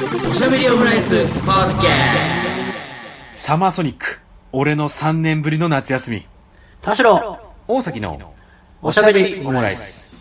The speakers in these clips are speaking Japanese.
おしゃべりオムライスポッドキャスサマーソニック、俺の3年ぶりの夏休み。 田代大崎のおしゃべりオムライス。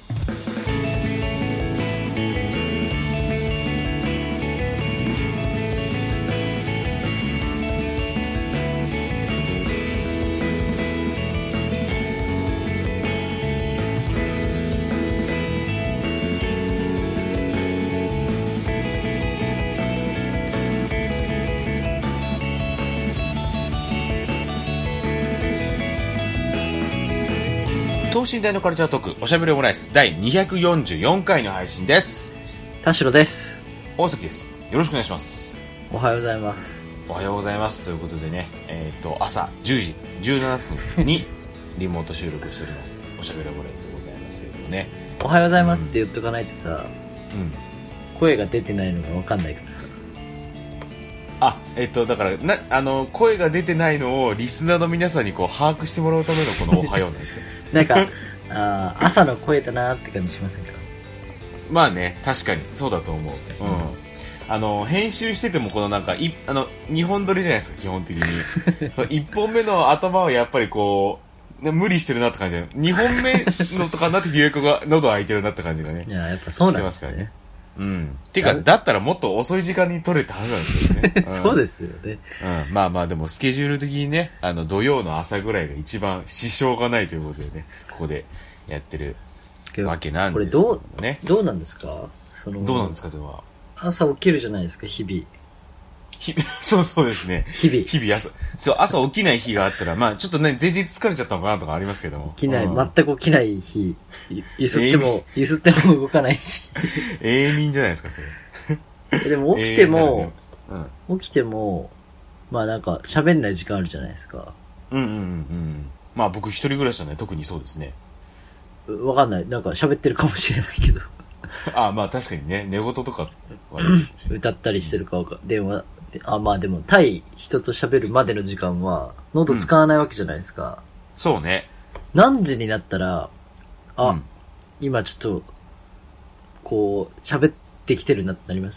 等身大のカルチャートーク、おしゃべりオムライス第244回の配信です。 田代です。 大崎です。よろしくお願いします。 おはようございます。 おはようございます。ということでね、朝10時17分にリモート収録しております。おしゃべりオムライスでございますけどもね。 おはようございますって言っとかないとさ、声が出てないのが分かんないからさ。 だから声が出てないのをリスナーの皆さんにこう把握してもらうためのこのおはようなんですよ。 なんか朝の声だなって感じしませんか？ まあね、確かにそうだと思う。編集しててもこのなんか2本撮りじゃないですか、基本的に。そう1本目の頭はやっぱりこう無理してるなって感じで、2本目のとかなって予約が喉開いてるなって感じがね。 いや、やっぱそうなんですね。 ね。 てかだったらもっと遅い時間に撮れってはずなんですけどね。 そうですよね。 まあまあでもスケジュール的にね、土曜の朝ぐらいが一番支障がないということでね、ここでやってるわけなんですけどね。 どうなんですか？ どうなんですかというのは。 朝起きるじゃないですか、日々。 そうですね。日々朝起きない日があったら、まあちょっとね、前日疲れちゃったのかなとかありますけども。 全く起きない日。ゆすっても動かない日。 永眠じゃないですか、それ。 でも起きても、まあなんか喋んない時間あるじゃないですか。 まあ僕一人暮らしじゃない、特にそうですね。 わかんない。なんか喋ってるかもしれないけど。 まあ確かにね、寝言とか歌ったりしてるか電話で、まあでも対人と喋るまでの時間は喉使わないわけじゃないですか。 そうね。 何時になったら今ちょっとこう喋ってきてるなってなります？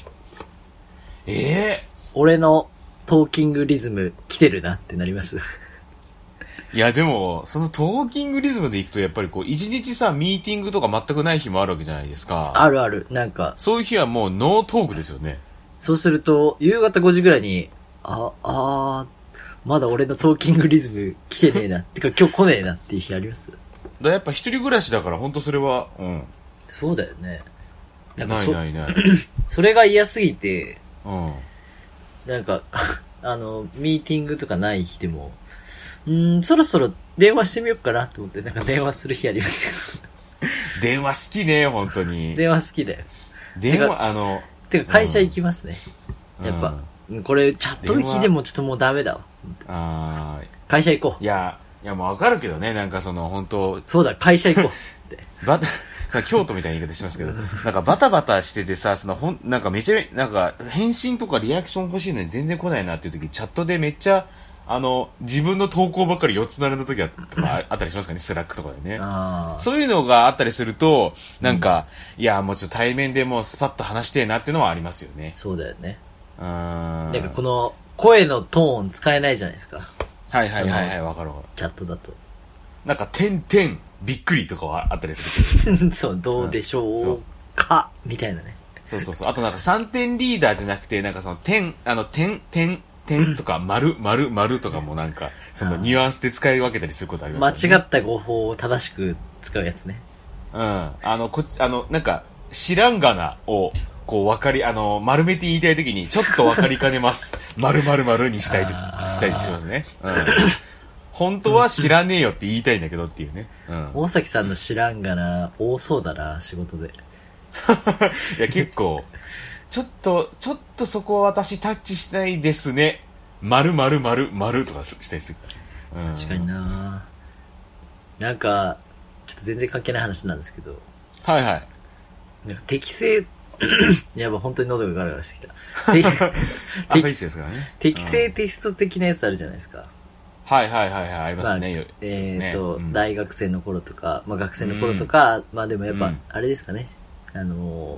俺のトーキングリズム来てるなってなります？ いやでもそのトーキングリズムでいくとやっぱりこう一日さミーティングとか全くない日もあるわけじゃないですか。 ある。なんかそういう日はもうノートークですよね。 そうすると夕方5時ぐらいにまだ俺のトーキングリズム来てねえなってか今日来ねえなっていう日あります？ やっぱ一人暮らしだから本当それはそうだよね。なんかないそれが嫌すぎてなんかミーティングとかない日でもそろそろ電話してみようかなと思ってなんか電話する日ありますよ。 電話好きね、本当に。 電話好きだよ。 電話てか会社行きますね。やっぱこれチャットの日でもちょっともうダメだわ。会社行こう。 いやもうわかるけどね、なんかその本当。 そうだ、会社行こうって。 京都みたいな言い方しますけど、なんかバタバタしててさ、なんかめちゃなんか返信とかリアクション欲しいのに全然来ないなっていう時、チャットでめっちゃ自分の投稿ばっかり4つ並んだ時とかあったりしますかね、スラックとかでね。そういうのがあったりすると、なんか、いや、もうちょっと対面でもうスパッと話してえなっていうのはありますよね。 そうだよね。なんかこの声のトーン使えないじゃないですか。 はい、わかる。 チャットだと。 なんか、びっくりとかはあったりするけど。 そう、どうでしょうか、みたいなね。 そう。あとなんか3点リーダーじゃなくて、なんかその点とか、丸とかもなんか、そのニュアンスで使い分けたりすることありますよね。 間違った語法を正しく使うやつね。 なんか、知らんがなを、こう丸めて言いたいときに、ちょっと分かりかねます。丸にしたりしますね。本当は知らねえよって言いたいんだけどっていうね。 大崎さんの知らんがな、多そうだな、仕事で。 いや、結構、ちょっとそこは私タッチしないですね。丸とかしたりする。 確かにな。なんか、ちょっと全然関係ない話なんですけど。 はい。 なんか適正、やば、本当に喉がガラガラしてきた。 朝一ですからね。 適正テスト的なやつあるじゃないですか。 はい、ありますね。 大学生の頃とか、まあ学生の頃とか、まあでもやっぱ、あれですかね。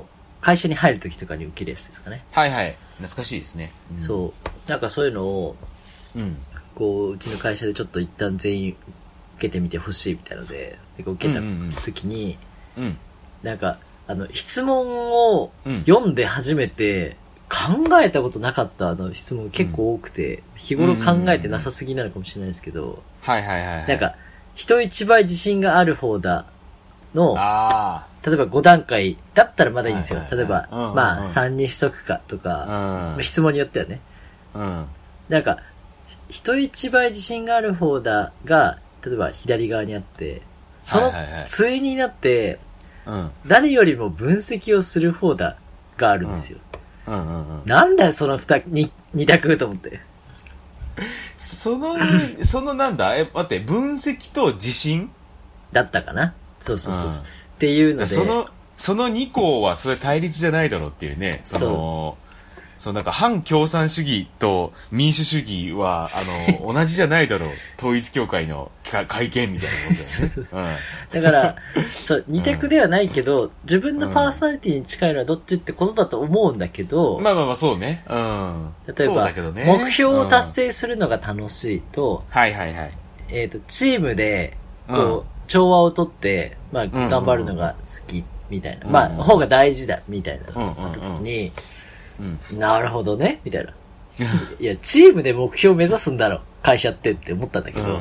会社に入るときとかに受けるやつですかね。 はいはい。懐かしいですね。 そう。なんかそういうのを、こう、うちの会社でちょっと一旦全員受けてみてほしいみたいなので、受けたときに、なんか、質問を読んで初めて、考えたことなかった質問結構多くて、日頃考えてなさすぎなのかもしれないですけど、なんか、人一倍自信がある方だの、例えば5段階だったらまだいいんですよ。例えば、まあ3にしとくかとか、質問によってはね。なんか、人一倍自信がある方だが、例えば左側にあって、その対になって、誰よりも分析をする方だがあるんですよ。なんだよ、その二択と思って。 そのなんだ待って、分析と自信だったかな。そう。っていうので。 その2項はそれ対立じゃないだろうっていうね。なんか反共産主義と民主主義は、同じじゃないだろう。統一教会の会見みたいなことだよね。そう。 だから、二択ではないけど、自分のパーソナリティに近いのはどっちってことだと思うんだけど、 まあ、そうね。例えば、 目標を達成するのが楽しいと、チームで、こう、調和をとって、まあ、頑張るのが好き、みたいな。まあ、方が大事だ、みたいな。あった時に、なるほどね、みたいな。いや、チームで目標を目指すんだろ、会社って思ったんだけど。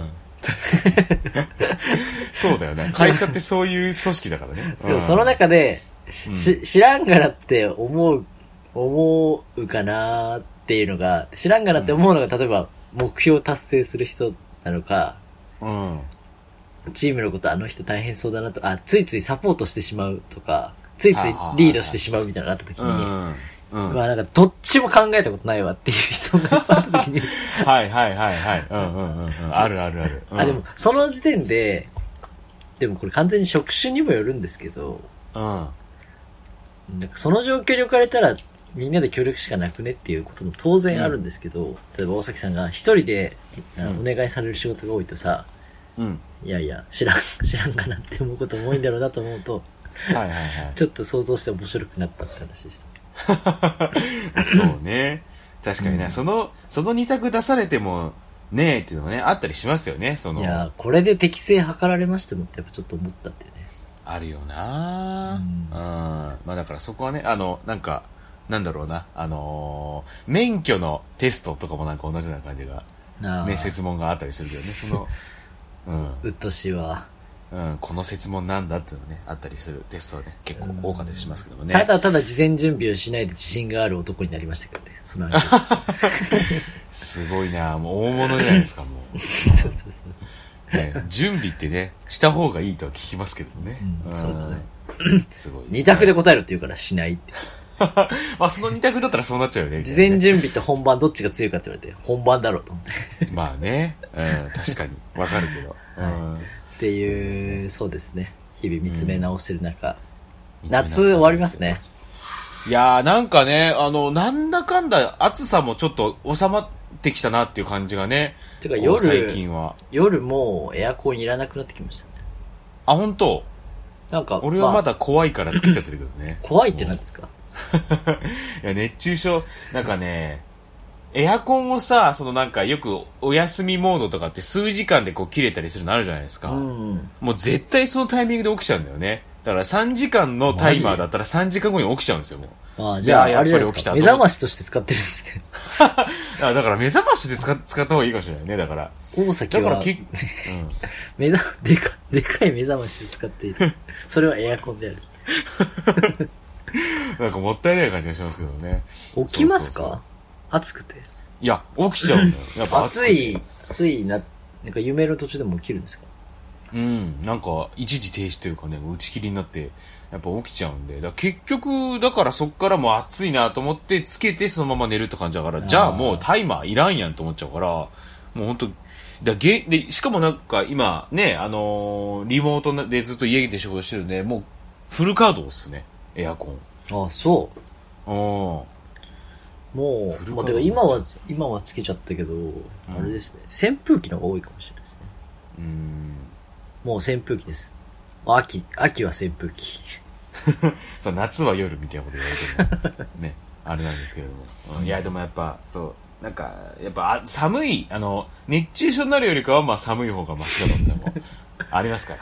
そうだよね。会社ってそういう組織だからね。 でもその中で、知らんがなって思うかなっていうのが、知らんがなって思うのが、例えば、目標を達成する人なのか、チームのことあの人大変そうだなと、ついついサポートしてしまうとか、ついついリードしてしまうみたいなのがあった時に、まあなんかどっちも考えたことないわっていう人があった時にはい。ある。 でもその時点で、でもこれ完全に職種にもよるんですけど、なんかその状況に置かれたらみんなで協力しかなくねっていうことも当然あるんですけど、例えば大崎さんが一人でお願いされる仕事が多いとさ、いやいや知らんかなって思うことも多いんだろうなと思うと、ちょっと想像して面白くなったって話でした。 そうね。確かにね、その二択出されてもねえっていうのもね、あったりしますよね。 いや、これで適正図られましてもってやっぱちょっと思ったってね。 あるよなまあだからそこはね、なんか、なんだろうな、免許のテストとかもなんか同じような感じが、ね、設問があったりするけどね、 うっとしいわ。 この設問なんだっていうのね、あったりするテストはね、結構多かったりしますけどもね。 ただ事前準備をしないで自信がある男になりましたけどね、そのすごいな、もう大物じゃないですか、もう。 そう。 準備ってね、した方がいいとは聞きますけどね。 そうだね。すごい。 二択で答えるって言うからしないって。 まあその二択だったらそうなっちゃうよね。 事前準備と本番どっちが強いかって言われて、本番だろうと思って。 まあね、確かに。わかるけど。 っていう、そうですね。日々見つめ直してる中、夏終わりますね。 いやーなんかね、なんだかんだ暑さもちょっと収まってきたなっていう感じがね。 てか最近は。 夜もうエアコンいらなくなってきましたね。 本当？ なんか、 俺はまだ怖いからつけちゃってるけどね。 怖いって何ですか？ いや、熱中症、なんかね、エアコンをさ、なんかよくお休みモードとかって数時間でこう切れたりするのあるじゃないですか。もう絶対そのタイミングで起きちゃうんだよね。だから3時間のタイマーだったら3時間後に起きちゃうんですよ、もう。 じゃあやっぱり起きた。目覚ましとして使ってるんですね。 だから目覚ましで使った方がいいかもしれないね、だから。 大崎は、だからでかい目覚ましを使っている。それはエアコンである。 なんかもったいない感じがしますけどね。 起きますか？暑くて。 いや、起きちゃうんだよ。やっぱ暑いなんか夢の途中でも起きるんですか？ なんか一時停止というかね、打ち切りになってやっぱ起きちゃうんで、結局だからそっからもう暑いなと思ってつけてそのまま寝るって感じだから、じゃあもうタイマーいらんやんと思っちゃうから、もう本当でしかもなんか今ね、リモートでずっと家で仕事してるんで、もうフル稼働っすね、エアコン。 そう。もう、でも今はつけちゃったけど、あれですね、扇風機の方が多いかもしれないですね。もう扇風機です。秋は扇風機。 そう、夏は夜みたいなこと言われても、ね、あれなんですけれども。いや、でもやっぱ、そう、なんか、やっぱ、寒い、熱中症になるよりかは、まあ寒い方がマシだと思っても、ありますから。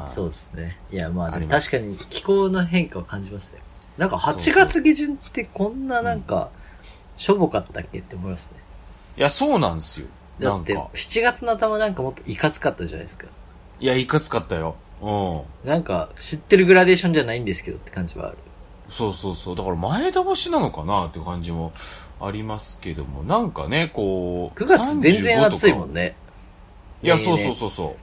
そうですね。いや、まあ、 あり確かに気候の変化を感じますね。なんか8月下旬ってこんななんか、しょぼかったっけって思いますね。 いや、そうなんですよ。 だって、7月の頭なんかもっといかつかったじゃないですか。 いや、いかつかったよ。 なんか、知ってるグラデーションじゃないんですけどって感じはある。 そうそうそう。だから前倒しなのかなっていう感じもありますけども、なんかね、こう、 9月全然暑いもんね。 いや、そうそうそうそう。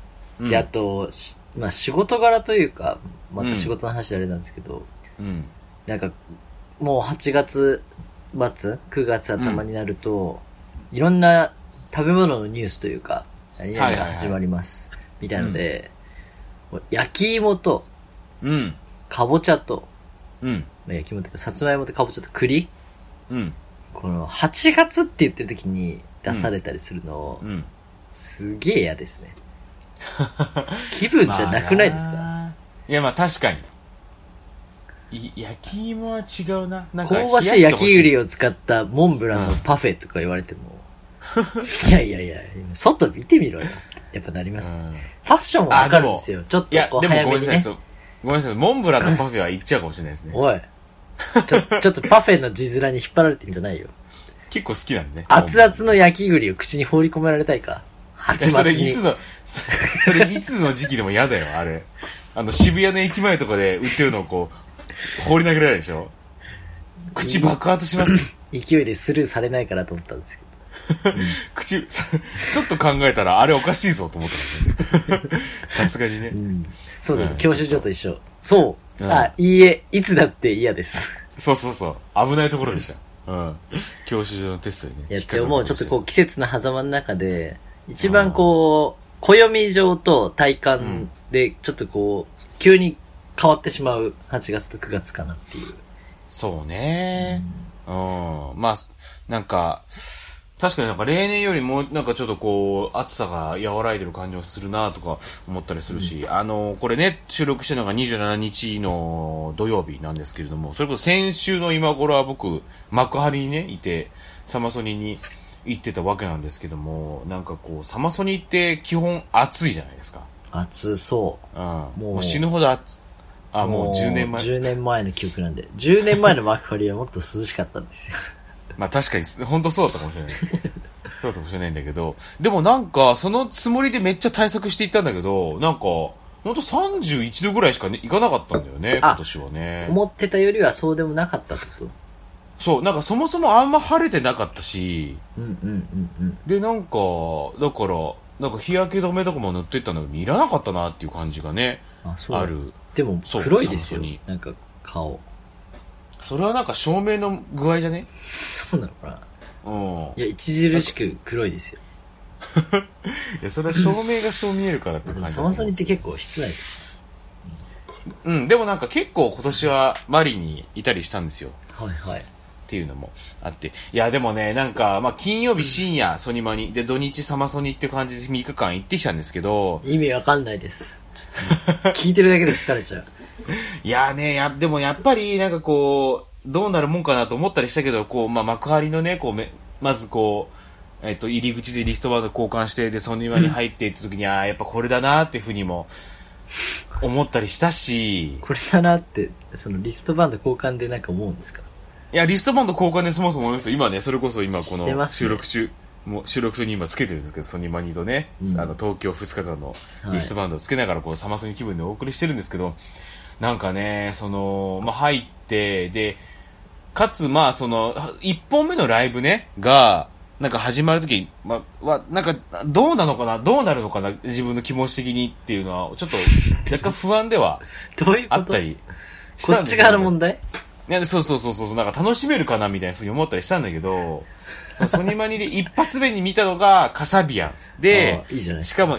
で、あと、まあ仕事柄というか、また仕事の話であれなんですけど、なんか、もう8月末、9月頭になると、いろんな食べ物のニュースというか、何々が始まります。みたいなので、焼き芋と、かぼちゃと、焼き芋とか、さつまいもとかぼちゃと栗、この8月って言ってる時に出されたりするの、すげえ嫌ですね。気分じゃなくないですか？ いや、まあ確かに。焼き芋は違うな。なんか香ばしい焼き栗を使ったモンブランのパフェとか言われても、いやいやいや、外見てみろよ。やっぱなります、ね。ファッションもわかるんですよ。ちょっとこう早めにね。 ごめんなさい。ごめんなさい。モンブランのパフェは言っちゃうかもしれないですね。 おい。ちょっとパフェの字面に引っ張られてんじゃないよ。 結構好きなんでね。 熱々の焼き栗を口に放り込められたいか。8月に。 それいつの時期でも嫌だよ、あれ。渋谷の駅前とかで売ってるのをこう、放り投げられるでしょ？口爆発しますよ。 勢いでスルーされないかなと思ったんですけど。 ちょっと考えたらあれおかしいぞと思ったんですよね。さすがにね。 そうだね、教習所と一緒。そう。いいえ、いつだって嫌です。 そうそうそう。危ないところでした。教習所のテストにね。 いや、でもちょっとこう季節の狭間の中で、一番こう、暦上と体感でちょっとこう、急に変わってしまう8月と9月かなっていう。 そうね。まあ、なんか、確かになんか例年よりもなんかちょっとこう暑さが和らいでる感じもするなとか思ったりするし、これね収録してるのが27日の土曜日なんですけれども、それこそ先週の今頃は僕幕張にねいてサマソニに行ってたわけなんですけども、なんかこうサマソニって基本暑いじゃないですか。 暑そう。 もう死ぬほど暑い。もう10年前。 10年前の記憶なんで。10年前の幕張はもっと涼しかったんですよ。 まあ確かに、本当そうだったかもしれない。そうだったかもしれないんだけど、でもなんか、そのつもりでめっちゃ対策していったんだけど、なんか、ほんと31度ぐらいしか、ね、いかなかったんだよね、今年はね。 思ってたよりはそうでもなかったってこと？ そう、なんかそもそもあんま晴れてなかったし、で、なんか、だから、なんか日焼け止めとかも塗っていったんだけど、いらなかったなっていう感じがね、ある。 でも、黒いですよ、なんか顔。 それはなんか照明の具合じゃね？ そうなのかな。いや、著しく黒いですよ。 いや、それは照明がそう見えるからって感じ。 サマソニって結構室内でした。でもなんか結構今年はマリにいたりしたんですよ。 はいはい。 っていうのもあって。いや、でもね、なんか、まあ、金曜日深夜、ソニマに、で、土日サマソニっていう感じで3日間行ってきたんですけど。 意味わかんないです。ちょっと、聞いてるだけで疲れちゃう。 いやね、でもやっぱり、なんかこう、どうなるもんかなと思ったりしたけど、こう、まあ、幕張のね、こう、まずこう、入り口でリストバンド交換して、で、ソニマに入っていった時に、やっぱこれだなっていうふうにも、思ったりしたし。 これだなって、そのリストバンド交換でなんか思うんですか？ いや、リストバンド交換でそもそも思いますよ。今ね、それこそ今この収録中、もう収録中に今つけてるんですけど、ソニマニとね、東京2日間のリストバンドをつけながらこうサマソニ気分でお送りしてるんですけど、なんかね、まあ、入って、で、かつ、まあ、1本目のライブね、が、なんか始まるとき、まあ、なんか、どうなのかな、どうなるのかな、自分の気持ち的にっていうのは、ちょっと、若干不安では、あったりしたんですよ、ね。 こっち側の問題？ いや、そう、なんか楽しめるかなみたいなふうに思ったりしたんだけど、ソニマニで一発目に見たのがカサビアンで、 いいじゃないしかも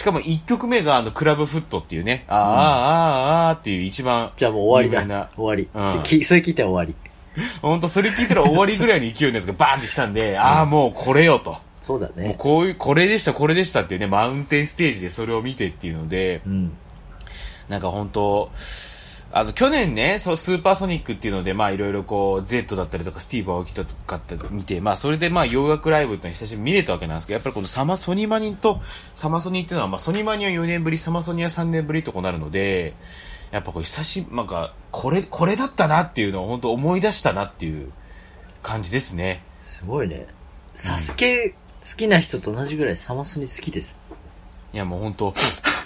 1曲目がクラブフットっていうね、あーっていう一番じゃあもう終わりだ。終わり。それ聞いたら終わり。 ほんと、それ聞いたら終わりぐらいの勢いのやつがバーンってきたんで、もうこれよと。 そうだね。 もうこれでしたっていうね、マウンテンステージでそれを見てっていうので、なんかほんと、 去年ね、そう、スーパーソニックっていうので、まあいろいろこう、Z だったりとか、スティーブ・アオキとかって見て、まあそれでまあ洋楽ライブってのに久しぶりに見れたわけなんですけど、やっぱりこのソニマニとサマソニっていうのは、まあソニマニは4年ぶり、サマソニは3年ぶりとこうなるので、やっぱこうなんか、これだったなっていうのを本当思い出したなっていう感じですね。 すごいね。サスケ好きな人と同じぐらいサマソニ好きです。 いやもう本当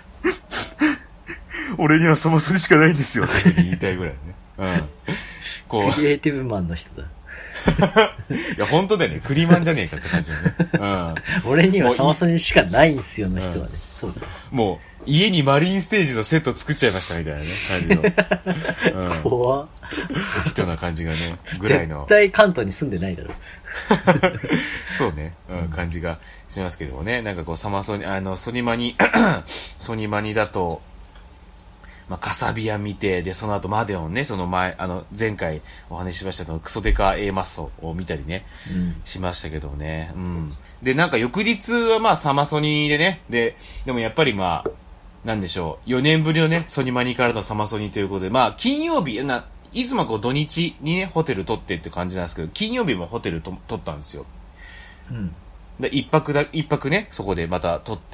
俺にはサマソニしかないんですよって言いたいぐらいね。うん。こう。 クリエイティブマンの人だ。 いや、本当だよね。クリマンじゃねえかって感じよね。うん。 俺にはサマソニしかないんすよの人はね。そうだ。 もう、家にマリンステージのセット作っちゃいましたみたいなね、感じの。うん。 怖っ。 人な感じがね、ぐらいの。 絶対関東に住んでないだろ。 そうね、うん、感じがしますけどもね。なんかこう、ソニマニだと、まあ、カサビア見て、で、その後マデオンね、前回お話ししましたそのクソデカ A マッソを見たりね、しましたけどね。うん。で、なんか翌日はまあサマソニでね、でもやっぱりまあ、なんでしょう、4年ぶりのね、ソニマニからのサマソニということで、まあ、金曜日、いつもこう土日にね、ホテル取ってって感じなんですけど、金曜日もホテル取ったんですよ。うん。で、一泊ね、そこでまた取って、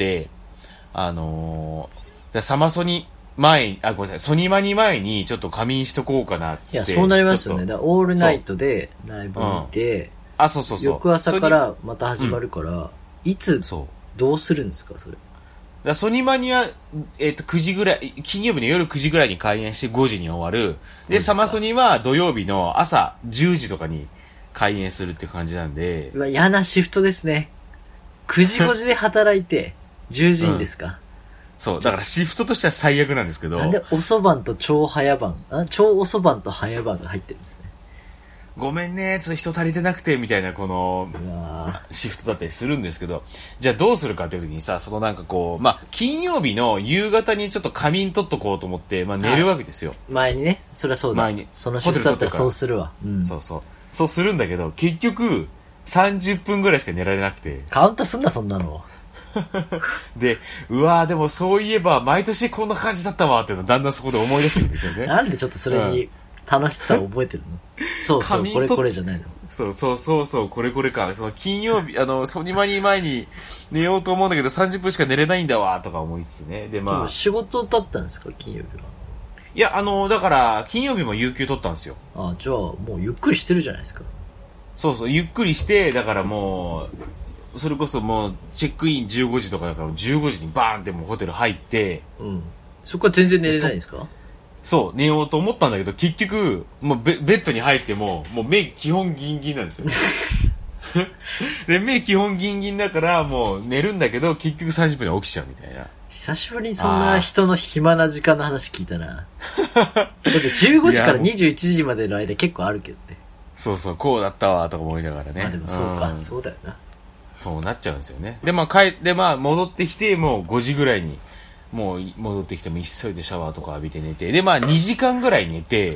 サマソニ、ごめんなさい、ソニマニ前にちょっと仮眠しとこうかなっつって。 いや、そうなりますよね。だからオールナイトでライブ見て、 そうそう。 翌朝からまた始まるから、いつ、どうするんですか、それ。 ソニマニは、9時ぐらい、金曜日の夜9時ぐらいに開演して5時に終わる。で、サマソニは土曜日の朝10時とかに開演するって感じなんで。 うわ、嫌なシフトですね。9時5時で働いて、10時にですか、 そう、だからシフトとしては最悪なんですけど。 なんで遅番と超早番、超遅番と早番が入ってるんですね。 ごめんね、ちょっと人足りてなくて、みたいなこの、シフトだったりするんですけど、じゃあどうするかっていう時にさ、なんかこう、まあ、金曜日の夕方にちょっと仮眠取っとこうと思って、まあ寝るわけですよ。 前にね、そりゃそうだ。前に。そのシフトだったらそうするわ。 うん。そうそう。そうするんだけど、結局、30分ぐらいしか寝られなくて。 カウントすんな、そんなの。 で、でもそういえば毎年こんな感じだったわっていうのをだんだんそこで思い出してるんですよね。 なんでちょっとそれに楽しさを覚えてるの、そうそう、これじゃないの。 そう、これか。その金曜日、ソニマニ前に寝ようと思うんだけど30分しか寝れないんだわとか思いつつね。で、まあ。 仕事だったんですか、金曜日は。 いや、だから、金曜日も有給取ったんですよ。 あ、じゃあ、もうゆっくりしてるじゃないですか。 そう、ゆっくりして、だからもう、それこそもう、チェックイン15時とかだから、15時にバーンってもうホテル入って、 うん。そこは全然寝れないんですか？ そう、寝ようと思ったんだけど、結局、もうベッドに入ってもう目基本ギンギンなんですよ。で、目基本ギンギンだから、もう寝るんだけど、結局30分で起きちゃうみたいな。 久しぶりにそんな人の暇な時間の話聞いたな。だって15時から21時までの間結構あるけどね。 そう、こうだったわ、とか思いながらね。 でもそうか、そうだよな。 そうなっちゃうんですよね。で、戻ってきて、もう5時ぐらいに、もう戻ってきても急いでシャワーとか浴びて寝て、で、2時間ぐらい寝て、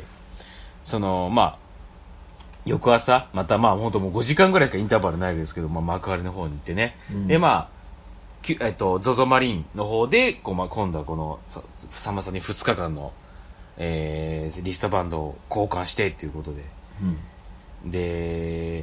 翌朝、また本当もう5時間ぐらいしかインターバルないですけど、幕張の方に行ってね。うん、で、ZOZO マリンの方で、今度はこの、サマソニ2日間の、リストバンドを交換してっていうことで。うん、で、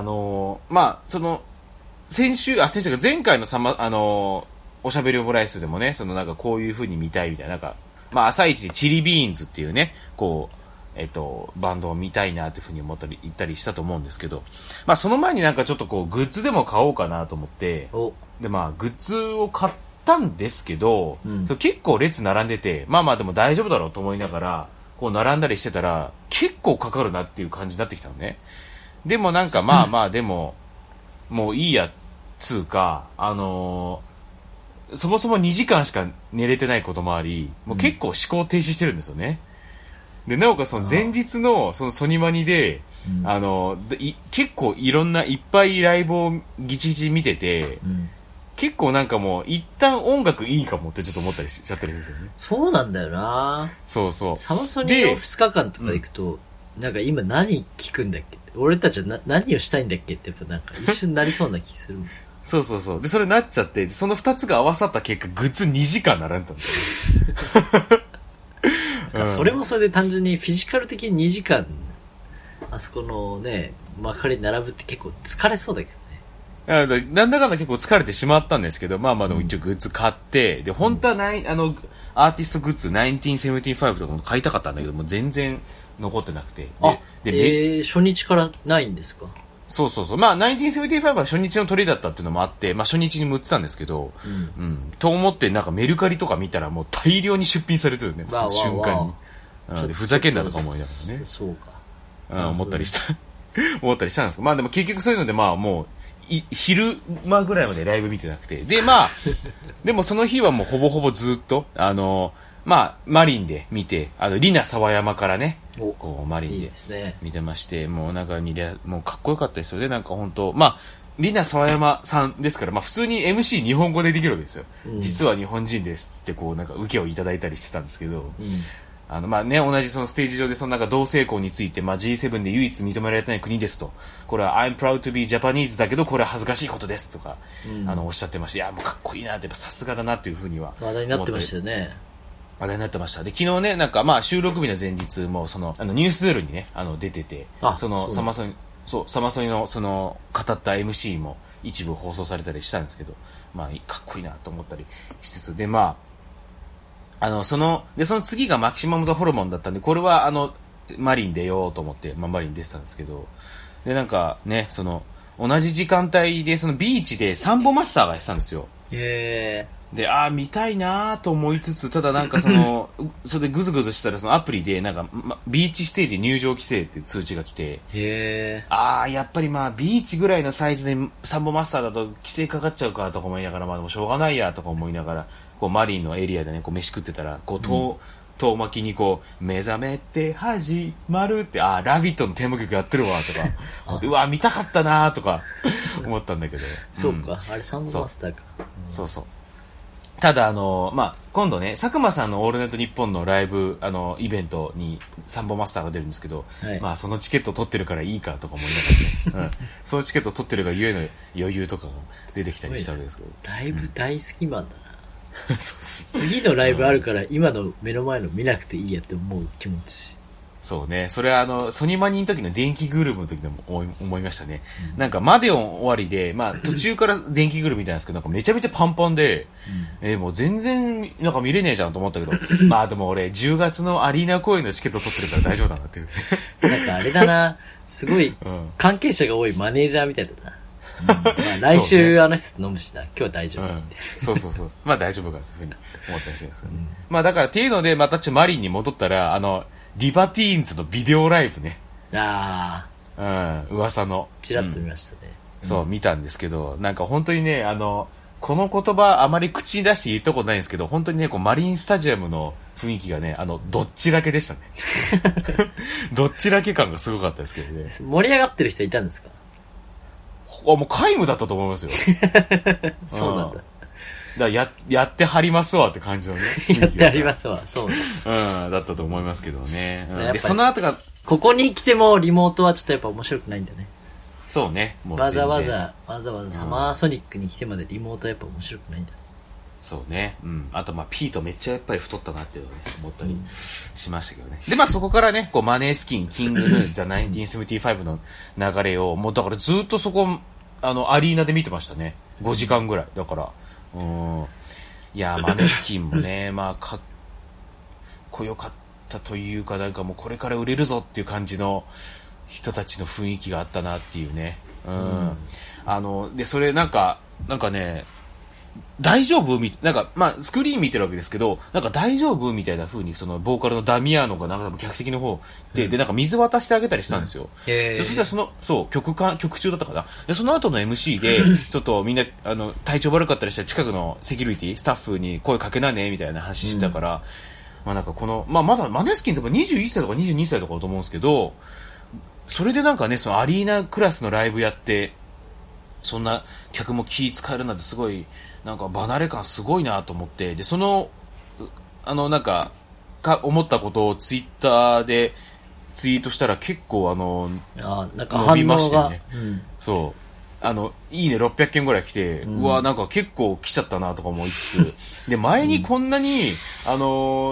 先週が前回のおしゃべりオムライスでもね、なんかこういう風に見たいみたいな、なんか、朝一でチリビーンズっていうね、バンドを見たいなっていう風に言ったりしたと思うんですけど、その前になんかちょっとグッズでも買おうかなと思って、で、グッズを買ったんですけど、結構列並んでて、でも大丈夫だろうと思いながら、並んだりしてたら、結構かかるなっていう感じになってきたのね。でもなんかでも、もういいや、つうか、そもそも2時間しか寝れてないこともあり、もう結構思考停止してるんですよね。で、なおかつ前日のソニマニで、結構いっぱいライブをギチギチ見てて、結構なんかもう一旦音楽いいかもってちょっと思ったりしちゃってるんですよね。 そうなんだよな。 そう。 サマソニの2日間とか行くと、なんか今何聞くんだっけ？俺たちは何をしたいんだっけってやっぱなんか一瞬なりそうな気するもん。 そう。で、それなっちゃって、その2つが合わさった結果、グッズ2時間並んでたんですよ。 かそれもそれで単純にフィジカル的に2時間、あそこのね、幕張に並ぶって結構疲れそうだけどね。 なんだかんだ結構疲れてしまったんですけど、まあまあでも一応グッズ買って、で、本当はアーティストグッズ1975とかも買いたかったんだけど、もう全然残ってなくて。 で、初日からないんですか？ そうそうそう。まあ、1975は初日の鳥だったっていうのもあって、まあ初日にも売ってたんですけど、と思ってなんかメルカリとか見たらもう大量に出品されてるね、瞬間に。ふざけんなとか思いながらね。 そうか。 思ったりしたんですけど、まあでも結局そういうのでまあもう、昼間ぐらいまでライブ見てなくて。で、まあ、でもその日はもうほぼほぼずっと、まあ、マリンで見て、リナ沢山からね、こう、マリンで見てまして、もうなんかもうかっこよかったですよね、なんか本当まあ、リナ沢山さんですから、まあ普通に MC 日本語でできるわけですよ。実は日本人ですってこう、なんか受けをいただいたりしてたんですけど、まあね、同じそのステージ上でそのなんか同性婚について、まあ G7 で唯一認められてない国ですと。これは I'm proud to be Japanese だけど、これは恥ずかしいことですとか、おっしゃってまして、いや、もうかっこいいなって、やっぱさすがだなっていうふうには。 話題になってましたよね。 話題になってました。で、昨日ね、なんかまあ収録日の前日も、ニュースゼロにね、出てて、サマソニの語った MC も一部放送されたりしたんですけど、まあ、かっこいいなと思ったりしつつ、で、まあ、その次がマキシマムザホルモンだったんで、これはマリン出ようと思って、まあ、マリン出てたんですけど、で、なんかね、同じ時間帯で、ビーチでサンボマスターがやってたんですよ。 へで、見たいなと思いつつ、ただなんかそれでグズグズしたらそのアプリで、なんか、ビーチステージ入場規制っていう通知が来て、やっぱりまあ、ビーチぐらいのサイズでサンボマスターだと規制かかっちゃうかとか思いながら、まあでもしょうがないやとか思いながら、こうマリンのエリアでね、こう飯食ってたら、こう、遠巻きにこう、目覚めて始まるって、ラビットのテーマ曲やってるわとか、うわ、見たかったなとか思ったんだけど。 そうか、あれサンボマスターか。 そうそう。ただまあ、今度ね、佐久間さんのオールナイトニッポンのライブ、イベントにサンボマスターが出るんですけど、はい、まあ、そのチケット取ってるからいいかとか思いながらね、そのチケット取ってるがゆえの余裕とかが出てきたりしたわけですけど。 ライブ大好きマンだな。次のライブあるから今の目の前の見なくていいやって思う気持ち。 そうね。それはソニマニの時の電気グルーヴの時でも思いましたね。なんかマデオン終わりで、まあ途中から電気グルーヴみたいなんですけど、なんかめちゃめちゃパンパンで、もう全然なんか見れねえじゃんと思ったけど、まあでも俺10月のアリーナ公演のチケット取ってるから大丈夫だなっていう。 なんかあれだな、すごい関係者が多いマネージャーみたいだな。まあ来週あの人と飲むしな、今日は大丈夫、 そうそうそう。まあ大丈夫かというふうに思ったりしてるんですけどね。まあだからっていうので、またマリンに戻ったら、リバティーンズのビデオライブね。噂の。 チラッと見ましたね。 そう、見たんですけど、なんか本当にね、この言葉あまり口に出して言ったことないんですけど、本当にね、こうマリンスタジアムの雰囲気がね、どっちらけでしたね。どっちらけ感がすごかったですけどね。 盛り上がってる人いたんですか？ もう皆無だったと思いますよ。 そうなんだ。 やってはりますわって感じのね。 やってはりますわ、そうだ。だったと思いますけどね。で、その後が、 ここに来てもリモートはちょっとやっぱ面白くないんだね。 そうね。 もうわざわざサマーソニックに来てまでリモートはやっぱ面白くないんだ。 そうね。あとピートめっちゃやっぱり太ったなっていうのをね、思ったりしましたけどね。で、まあそこからね、こうマネースキン、キングヌー、ザ・1975の流れを、もうだからずっとそこ、アリーナで見てましたね。5時間ぐらい。だから、いや、マネスキンもね、まあ、かっこよかったというか、なんかもうこれから売れるぞっていう感じの人たちの雰囲気があったなっていうね。で、それなんかね、大丈夫なんか、まあ、スクリーン見てるわけですけど、なんか大丈夫みたいな風に、ボーカルのダミアーノがなんか客席の方で、で、なんか水渡してあげたりしたんですよ。で、そしたら曲中だったかな。で、その後の MC で、ちょっとみんな、体調悪かったりしたら近くのセキュリティ、スタッフに声かけなね、みたいな話してたから、まあなんかまだマネスキンとか21歳とか22歳とかだと思うんですけど、それでなんかね、アリーナクラスのライブやって、そんな客も気使えるなんてすごい、なんか離れ感すごいなと思って、で、なんか、思ったことをツイッターでツイートしたら結構なんか伸びましてね。 そう。いいね600件ぐらい来て、うわ、なんか結構来ちゃったなとか思いつつ、で、前にこんなに、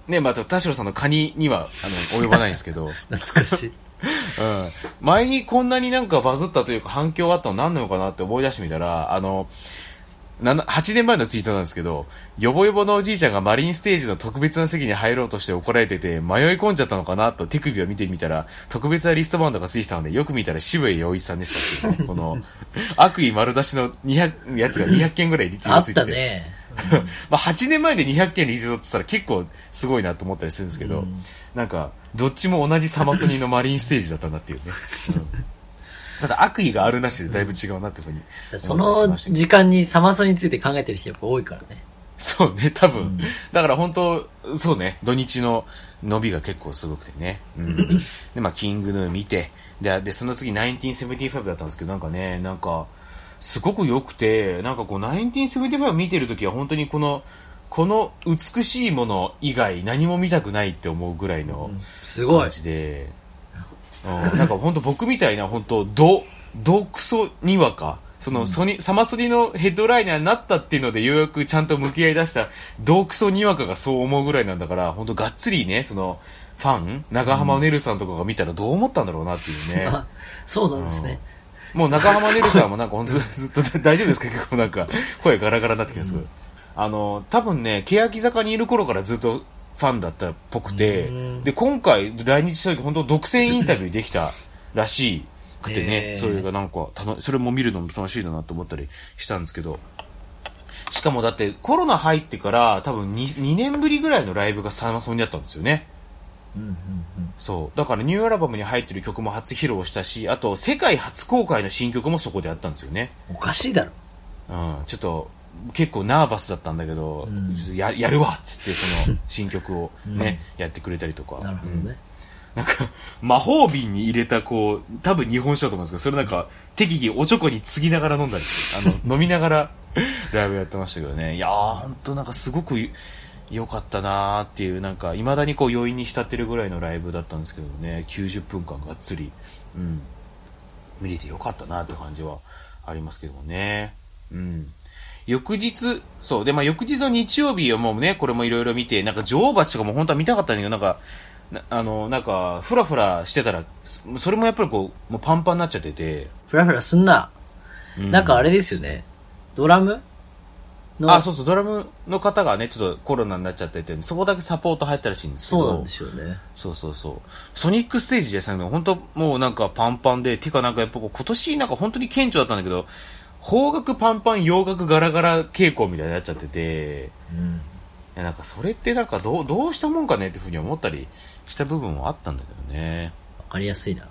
ね、まあ、田代さんのカニには、及ばないんですけど。 懐かしい。 うん。前にこんなになんかバズったというか反響あったの何なのかなって思い出してみたら、8年前のツイートなんですけど、ヨボヨボのおじいちゃんがマリンステージの特別な席に入ろうとして怒られてて、迷い込んじゃったのかなと手首を見てみたら、特別なリストバンドがついてたので、よく見たら渋谷陽一さんでしたっていう、この、悪意丸出しのやつが200件ぐらいリツイートついてて。 あったね。 まあ8年前で200件リツイートって言ったら結構すごいなと思ったりするんですけど、なんか、どっちも同じサマソニのマリンステージだったなっていうね。ただ悪意があるなしでだいぶ違うなっていうふうにその時間にサマソニについて考えてる人やっぱ多いからね。 そうね、多分。だから本当、そうね、土日の伸びが結構すごくてね。で、まあ、キングヌー見て、で、その次1975だったんですけど、なんかね、なんか、すごく良くて、なんかこう1975見てるときは本当にこの美しいもの以外何も見たくないって思うぐらいの感じで、なんか本当僕みたいな本当ドクソにわか、そのサマソニのヘッドライナーになったっていうのでようやくちゃんと向き合い出したドクソにわかがそう思うぐらいなんだから、本当がっつりね、そのファン、長浜ねるさんとかが見たらどう思ったんだろうなっていうね。 そうなんですね。 もう中浜ねるさんもなんかほんとずっと大丈夫ですか、結構なんか声ガラガラになってきます。多分ね、欅坂にいる頃からずっとファンだったっぽくて、で、今回来日した時本当独占インタビューできたらしくてね、それがなんか、それも見るのも楽しいだなと思ったりしたんですけど、しかもだってコロナ入ってから多分 2年ぶりぐらいのライブがサマソニだったんですよね。そう。だからニューアルバムに入ってる曲も初披露したし、あと世界初公開の新曲もそこでやったんですよね。 おかしいだろ。 ちょっと、結構ナーバスだったんだけど、やるわっつってその新曲をね、やってくれたりとか。 なるほどね。 なんか、魔法瓶に入れたこう、多分日本酒だと思うんですけど、それなんか、適宜おちょこに継ぎながら飲んだり、飲みながらライブやってましたけどね。いやー、ほんとなんかすごく良かったなーっていう、なんか、未だにこう余韻に浸ってるぐらいのライブだったんですけどね、90分間がっつり、見れて良かったなーって感じはありますけどもね。翌日、そう。で、まあ、翌日の日曜日はもうね、これもいろいろ見て、なんか女王蜂とかも本当は見たかったんだけど、なんか、なんか、フラフラしてたら、それもやっぱりこう、もうパンパンになっちゃってて。 フラフラすんな。なんかあれですよね。ドラムの。 そうそう、ドラムの方がね、ちょっとコロナになっちゃってて、そこだけサポート入ったらしいんですけど。 そうなんですよね。 そうそうそう。ソニックステージでさ、本当もうなんかパンパンで、てかなんかやっぱ今年なんか本当に顕著だったんだけど、邦楽パンパン洋楽ガラガラ傾向みたいになっちゃってて、いやなんかそれってなんかどうしたもんかねっていうふうに思ったりした部分はあったんだけどね。 わかりやすいな。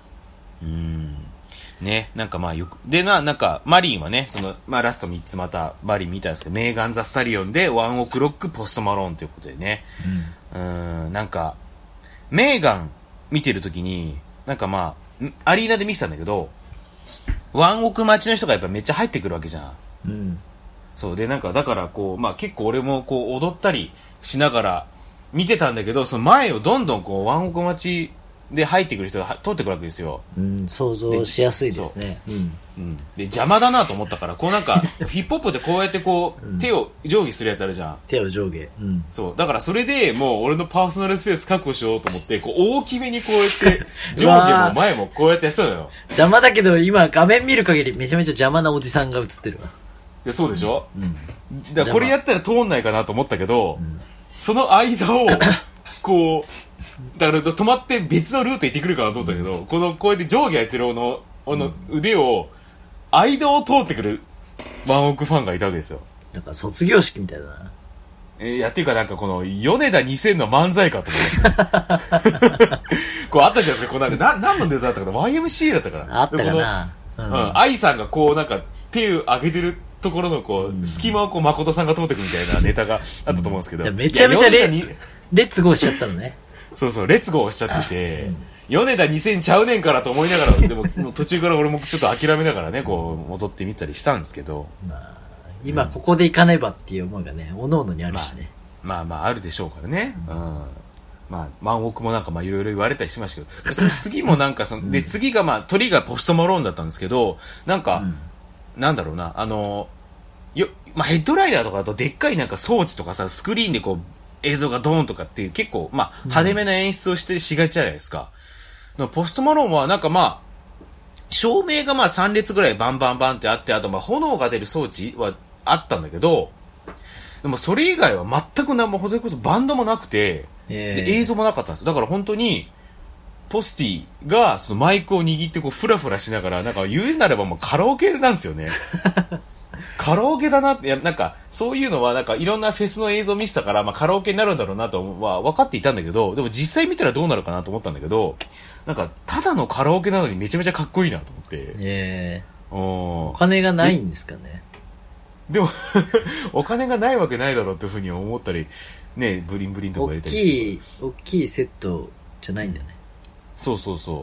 ね、なんかまあよく、でなんかマリンはね、その、まあラスト3つまたマリン見たんですけど、メーガン・ザ・スタリオンでワンオクロック・ポスト・マローンということでね。なんか、メーガン見てるときに、なんかまあ、アリーナで見てたんだけど、ワンオク待ちの人がやっぱめっちゃ入ってくるわけじゃん。そうで、なんかだからこう、まあ結構俺もこう踊ったりしながら見てたんだけど、その前をどんどんこうワンオク待ちで入ってくる人が通ってくるわけですよ。 想像しやすいですね。 で、邪魔だなと思ったから、こうなんか、ヒップホップでこうやってこう、手を上下するやつあるじゃん。 手を上下。 そう。だからそれでもう俺のパーソナルスペース確保しようと思って、こう大きめにこうやって、上下も前もこうやってやってたのよ。 邪魔だけど今画面見る限りめちゃめちゃ邪魔なおじさんが映ってるわ。 で、そうでしょ？だからこれやったら通んないかなと思ったけど、その間を、こう、だから止まって別のルート行ってくるかなと思ったけど、こうやって上下やってる腕を、間を通ってくるワンオクファンがいたわけですよ。 なんか卒業式みたいだな。 っていうかなんかこの、米田2000の漫才かと思いました。こうあったじゃないですか、こうなんか、何のネタだったかな ?YMCA だったかなあったかな愛さんがこうなんか手を上げてるところのこう、隙間をこう誠さんが通ってくみたいなネタがあったと思うんですけど。 めちゃめちゃレッツゴーしちゃったのね。 そうそう、レッツゴーしちゃってて、米田2000ちゃうねんからと思いながら、でも途中から俺もちょっと諦めながらね、こう戻ってみたりしたんですけど。 今ここで行かねばっていう思いがね、おのおのにあるしね。 まああるでしょうからね。まあ、ワンオクもなんかまあいろいろ言われたりしましたけど、その次もなんかで、次がまあ、鳥がポストマローンだったんですけど、なんか、なんだろうな、まあヘッドライダーとかだとでっかいなんか装置とかさ、スクリーンでこう、 映像がドーンとかっていう結構、まあ、派手めな演出をしてしがちじゃないですか。ポストマローンはなんかまあ、照明がまあ3列ぐらいバンバンバンってあって、あとまあ炎が出る装置はあったんだけど、でもそれ以外は全く何も、それこそバンドもなくて、で映像もなかったんですよ。だから本当に、ポスティがそのマイクを握ってこうフラフラしながら、なんか言うなればもうカラオケなんですよね。カラオケだなって、いやなんかそういうのはなんかいろんなフェスの映像を見てたから、まあカラオケになるんだろうなとは分かっていたんだけど、でも実際見たらどうなるかなと思ったんだけど、なんかただのカラオケなのにめちゃめちゃかっこいいなと思って。 お金がないんですかね。 でもお金がないわけないだろうっていうふうに思ったり、ね、ブリンブリンとかやりたりする。 大きいセットじゃないんだよね。 そうそうそう。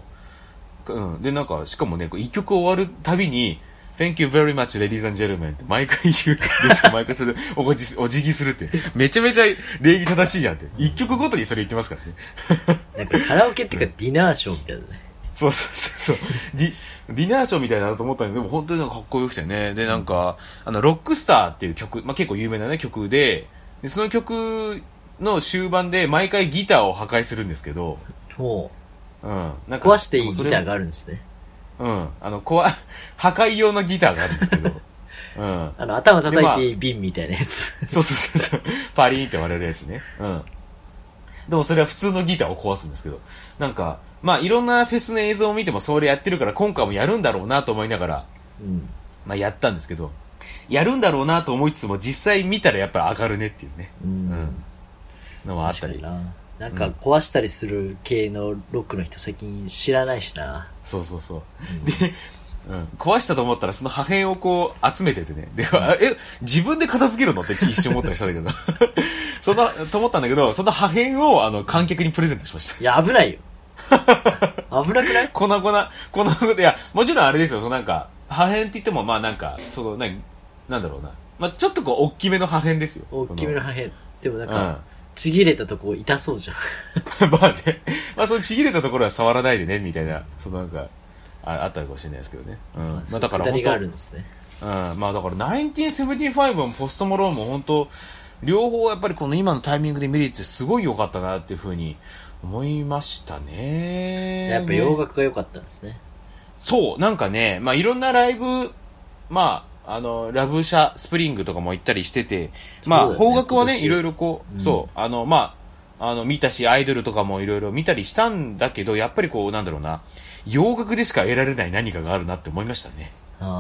うん。で、なんか、しかもね、一曲終わるたびに、Thank you very much, ladies and gentlemen って毎回言う。で、しかも毎回それでお辞儀するって。めちゃめちゃ礼儀正しいじゃんって。一曲ごとにそれ言ってますからね。 なんかカラオケっていうかディナーショーみたいなね。 そうそう。ディナーショーみたいだなと思ったんだけど、でも本当になんかかっこよくてね。で、なんか、ロックスターっていう曲、まあ、結構有名なね、曲で、その曲の終盤で毎回ギターを破壊するんですけど、 ほう。 うん。なんか壊していいギターがあるんですね。 うん。破壊用のギターがあるんですけど、うん。 頭叩いていい瓶みたいなやつ。 そう。パリーンって割れるやつね。うん。でもそれは普通のギターを壊すんですけど、なんか、まあいろんなフェスの映像を見てもそれやってるから今回もやるんだろうなと思いながら、うん。まあやったんですけど、やるんだろうなと思いつつも実際見たらやっぱり上がるねっていうね。うん。のはあったり。 なんか壊したりする系のロックの人最近知らないしな。 そう。で、壊したと思ったらその破片をこう集めててね。で、自分で片付けるのって一瞬思ったりしたんだけど。と思ったんだけど、その破片を観客にプレゼントしました。 いや、危ないよ。危なくない？ 粉、いや、もちろんあれですよ、なんか、破片って言っても、まあなんか、なんだろうな。まあちょっとこう、大きめの破片ですよ。 大きめの破片。でもなんか、ちぎれたとこ痛そうじゃん。まあね。まあそのちぎれたところは触らないでね、みたいな、なんか、あったかもしれないですけどね。うん。まあだから本当。あるんですね。 うん。まあだから1975もポストモローンも本当、両方やっぱりこの今のタイミングで見れてすごい良かったなっていうふうに思いましたね。 やっぱ洋楽が良かったんですね。 そう、なんかね、まあいろんなライブ、まあ、ラブシャスプリングとかも行ったりしてて、まあ、邦楽はね、いろいろこう、そう、まあ、見たし、アイドルとかもいろいろ見たりしたんだけど、やっぱりこう、なんだろうな、洋楽でしか得られない何かがあるなって思いましたね。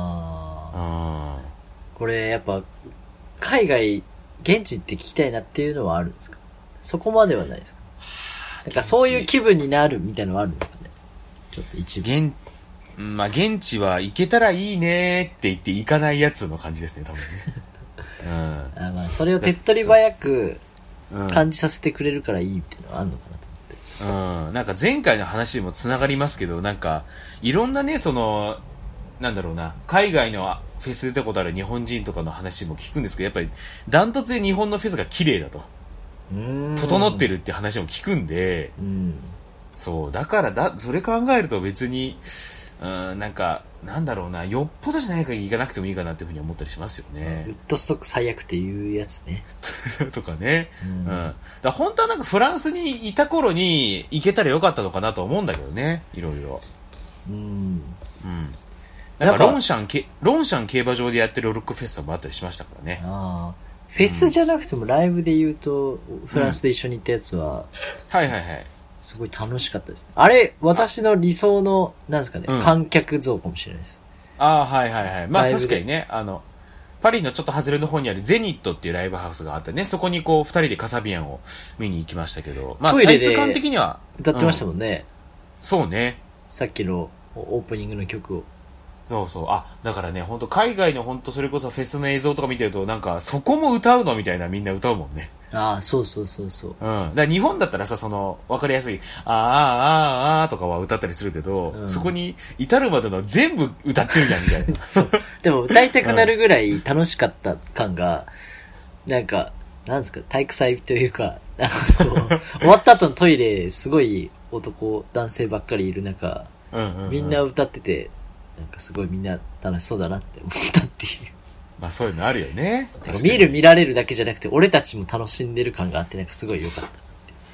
これ、やっぱ、海外、現地って聞きたいなっていうのはあるんですか？そこまではないですか？なんかそういう気分になるみたいなのはあるんですかね？ちょっと一部。 まあ、現地は行けたらいいねって言って行かないやつの感じですね、多分ね。 まあ、それを手っ取り早く感じさせてくれるからいいっていうのはあるのかなと思って。 なんか前回の話にもつながりますけど、なんか、いろんなね、なんだろうな、海外のフェス出たことある日本人とかの話も聞くんですけど、やっぱりダントツで日本のフェスが綺麗だと。整ってるって話も聞くんで、そう、だからそれ考えると別に、なんか、なんだろうな、よっぽどじゃない限り行かなくてもいいかなっていうふうに思ったりしますよね。 ウッドストック最悪っていうやつね。 とかね。だ本当はなんかフランスにいた頃に行けたらよかったのかなと思うんだけどね、いろいろ。なんかロンシャン競馬場でやってるロックフェスタもあったりしましたからね。 フェスじゃなくてもライブで言うと、フランスで一緒に行ったやつは、 はいはいはい。 すごい楽しかったですね。あれ、私の理想の、なんですかね、観客像かもしれないです。 はいはいはい。まあ確かにね、パリのちょっと外れの方にあるゼニットっていうライブハウスがあってね、そこにこう二人でカサビアンを見に行きましたけど、まあサイズ感的には。 歌ってましたもんね。 そうね。 さっきのオープニングの曲を。 そうそう。だからね、本当海外の本当それこそフェスの映像とか見てると、なんか、そこも歌うのみたいなみんな歌うもんね。 そう。だから日本だったらさ、わかりやすい、とかは歌ったりするけど、そこに至るまでの全部歌ってるじゃん、みたいな。 そう。でも歌いたくなるぐらい楽しかった感が、なんか、なんですか、体育祭というか、なんかこう、終わった後のトイレ、すごい男性ばっかりいる中、みんな歌ってて、なんかすごいみんな楽しそうだなって思ったっていう。 まあそういうのあるよね。 見られるだけじゃなくて、俺たちも楽しんでる感があって、なんかすごい良かった。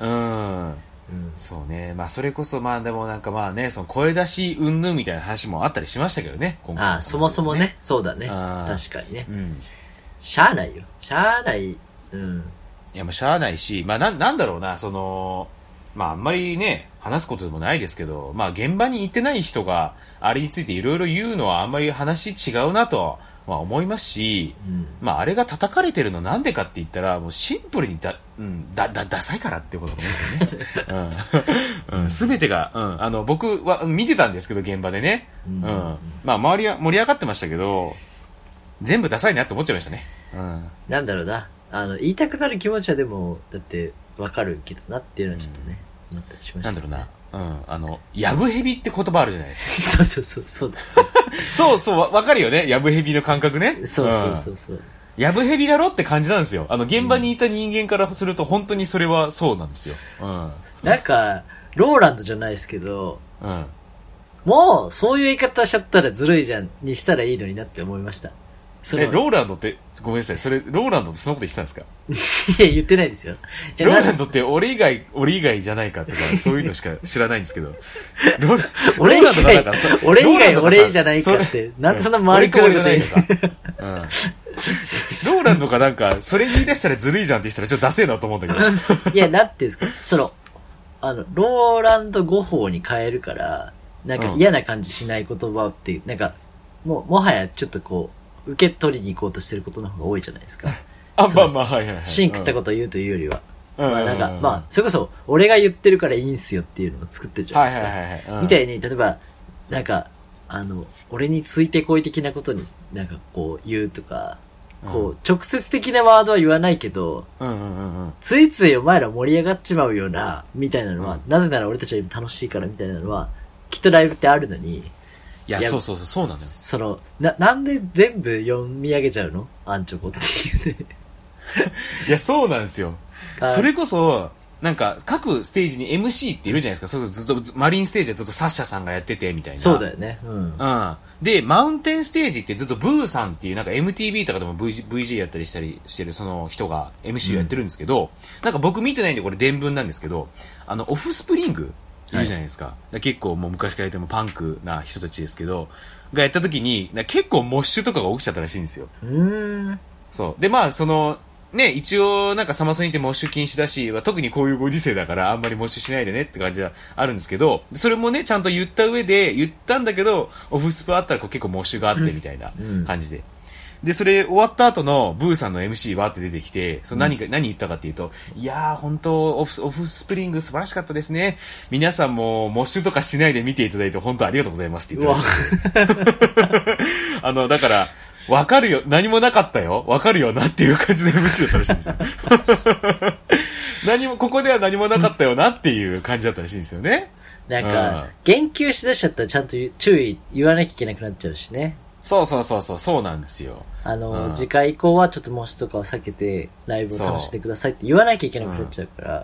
そうね。まあそれこそまあでもなんかまあね、その声出し云々みたいな話もあったりしましたけどね、今回、ね。 そもそもね。そうだね。確かにね。しゃあないよ。しゃあない。いやもうしゃあないし、まあなんだろうな、まああんまりね、話すことでもないですけど、まあ現場に行ってない人があれについていろいろ言うのはあんまり話違うなとは思いますし、まああれが叩かれてるのなんでかって言ったら、もうシンプルにダサいからってことだと思うんですよね。すべてが、僕は見てたんですけど、現場でね。まあ周りは盛り上がってましたけど、全部ダサいなって思っちゃいましたね。 なんだろうな。言いたくなる気持ちはでも、だって、わかるけどなっていうのはちょっとね、思ったりしました、ね。 なんだろうな。やぶへびって言葉あるじゃないですか。そうですね。 そう、わかるよね。やぶへびの感覚ね。 そう。 やぶへびだろって感じなんですよ。現場にいた人間からすると本当にそれはそうなんですよ。 なんか、ローランドじゃないですけど、もう、そういう言い方しちゃったらずるいじゃん、にしたらいいのになって思いました。 ローランドって、ごめんなさい。ローランドってそのこと言ってたんですか？ いや、言ってないですよ。 ローランドって俺以外じゃないかとか、そういうのしか知らないんですけど。 俺以外俺じゃないかって、なんでそんな回り込むじゃないのか。 ローランドかなんか、それ言い出したらずるいじゃんって言ったらちょっとダセえなと思うんだけど。 いや、なんていうんですか、ローランド語法に変えるから、なんか嫌な感じしない言葉って、なんか、もはやちょっとこう、受け取りに行こうとしてることの方が多いじゃないですか。 まあ、はい。 シンクったことを言うというよりは。それこそ、俺が言ってるからいいんすよっていうのを作ってるじゃないですか。みたいに、例えば、なんか、俺についてこい的なことになんかこう言うとか、こう、直接的なワードは言わないけど、ついついお前ら盛り上がっちまうよな、みたいなのは、なぜなら俺たちは今楽しいからみたいなのは、きっとライブってあるのに、 いや、そうなのよ。なんで全部読み上げちゃうの？アンチョコっていうね。 いや、そうなんですよ。それこそ、なんか、各ステージに MC っているじゃないですか。それずっと、マリンステージはずっとサッシャさんがやってて、みたいな。 そうだよね。 で、マウンテンステージってずっとブーさんっていう、なんか MTV とかでも VJ やったりしてるその人が MC をやってるんですけど、なんか僕見てないんでこれ伝聞なんですけど、オフスプリングいるじゃないですか。結構もう昔から言ってもパンクな人たちですけど、がやった時に、結構モッシュとかが起きちゃったらしいんですよ。そう。で、まあ、ね、一応、なんかサマソニってモッシュ禁止だし、特にこういうご時世だから、あんまりモッシュしないでねって感じはあるんですけど、それもね、ちゃんと言った上で、言ったんだけど、オフスプあったら結構モッシュがあってみたいな感じで。で、それ終わった後のブーさんの MC わーって出てきて、何言ったかっていうと、いやー、本当オフスプリング素晴らしかったですね。皆さんも、モッシュとかしないで見ていただいて本当ありがとうございますって言ってました。だから、わかるよ、何もなかったよ、わかるよなっていう感じで MC だったらしいんですよ。ここでは何もなかったよなっていう感じだったらしいんですよね。 なんか、言及しだしちゃったらちゃんと注意言わなきゃいけなくなっちゃうしね。 そうなんですよ。 次回以降はちょっと模試とかを避けて、ライブを楽しんでくださいって言わなきゃいけなくなっちゃうから。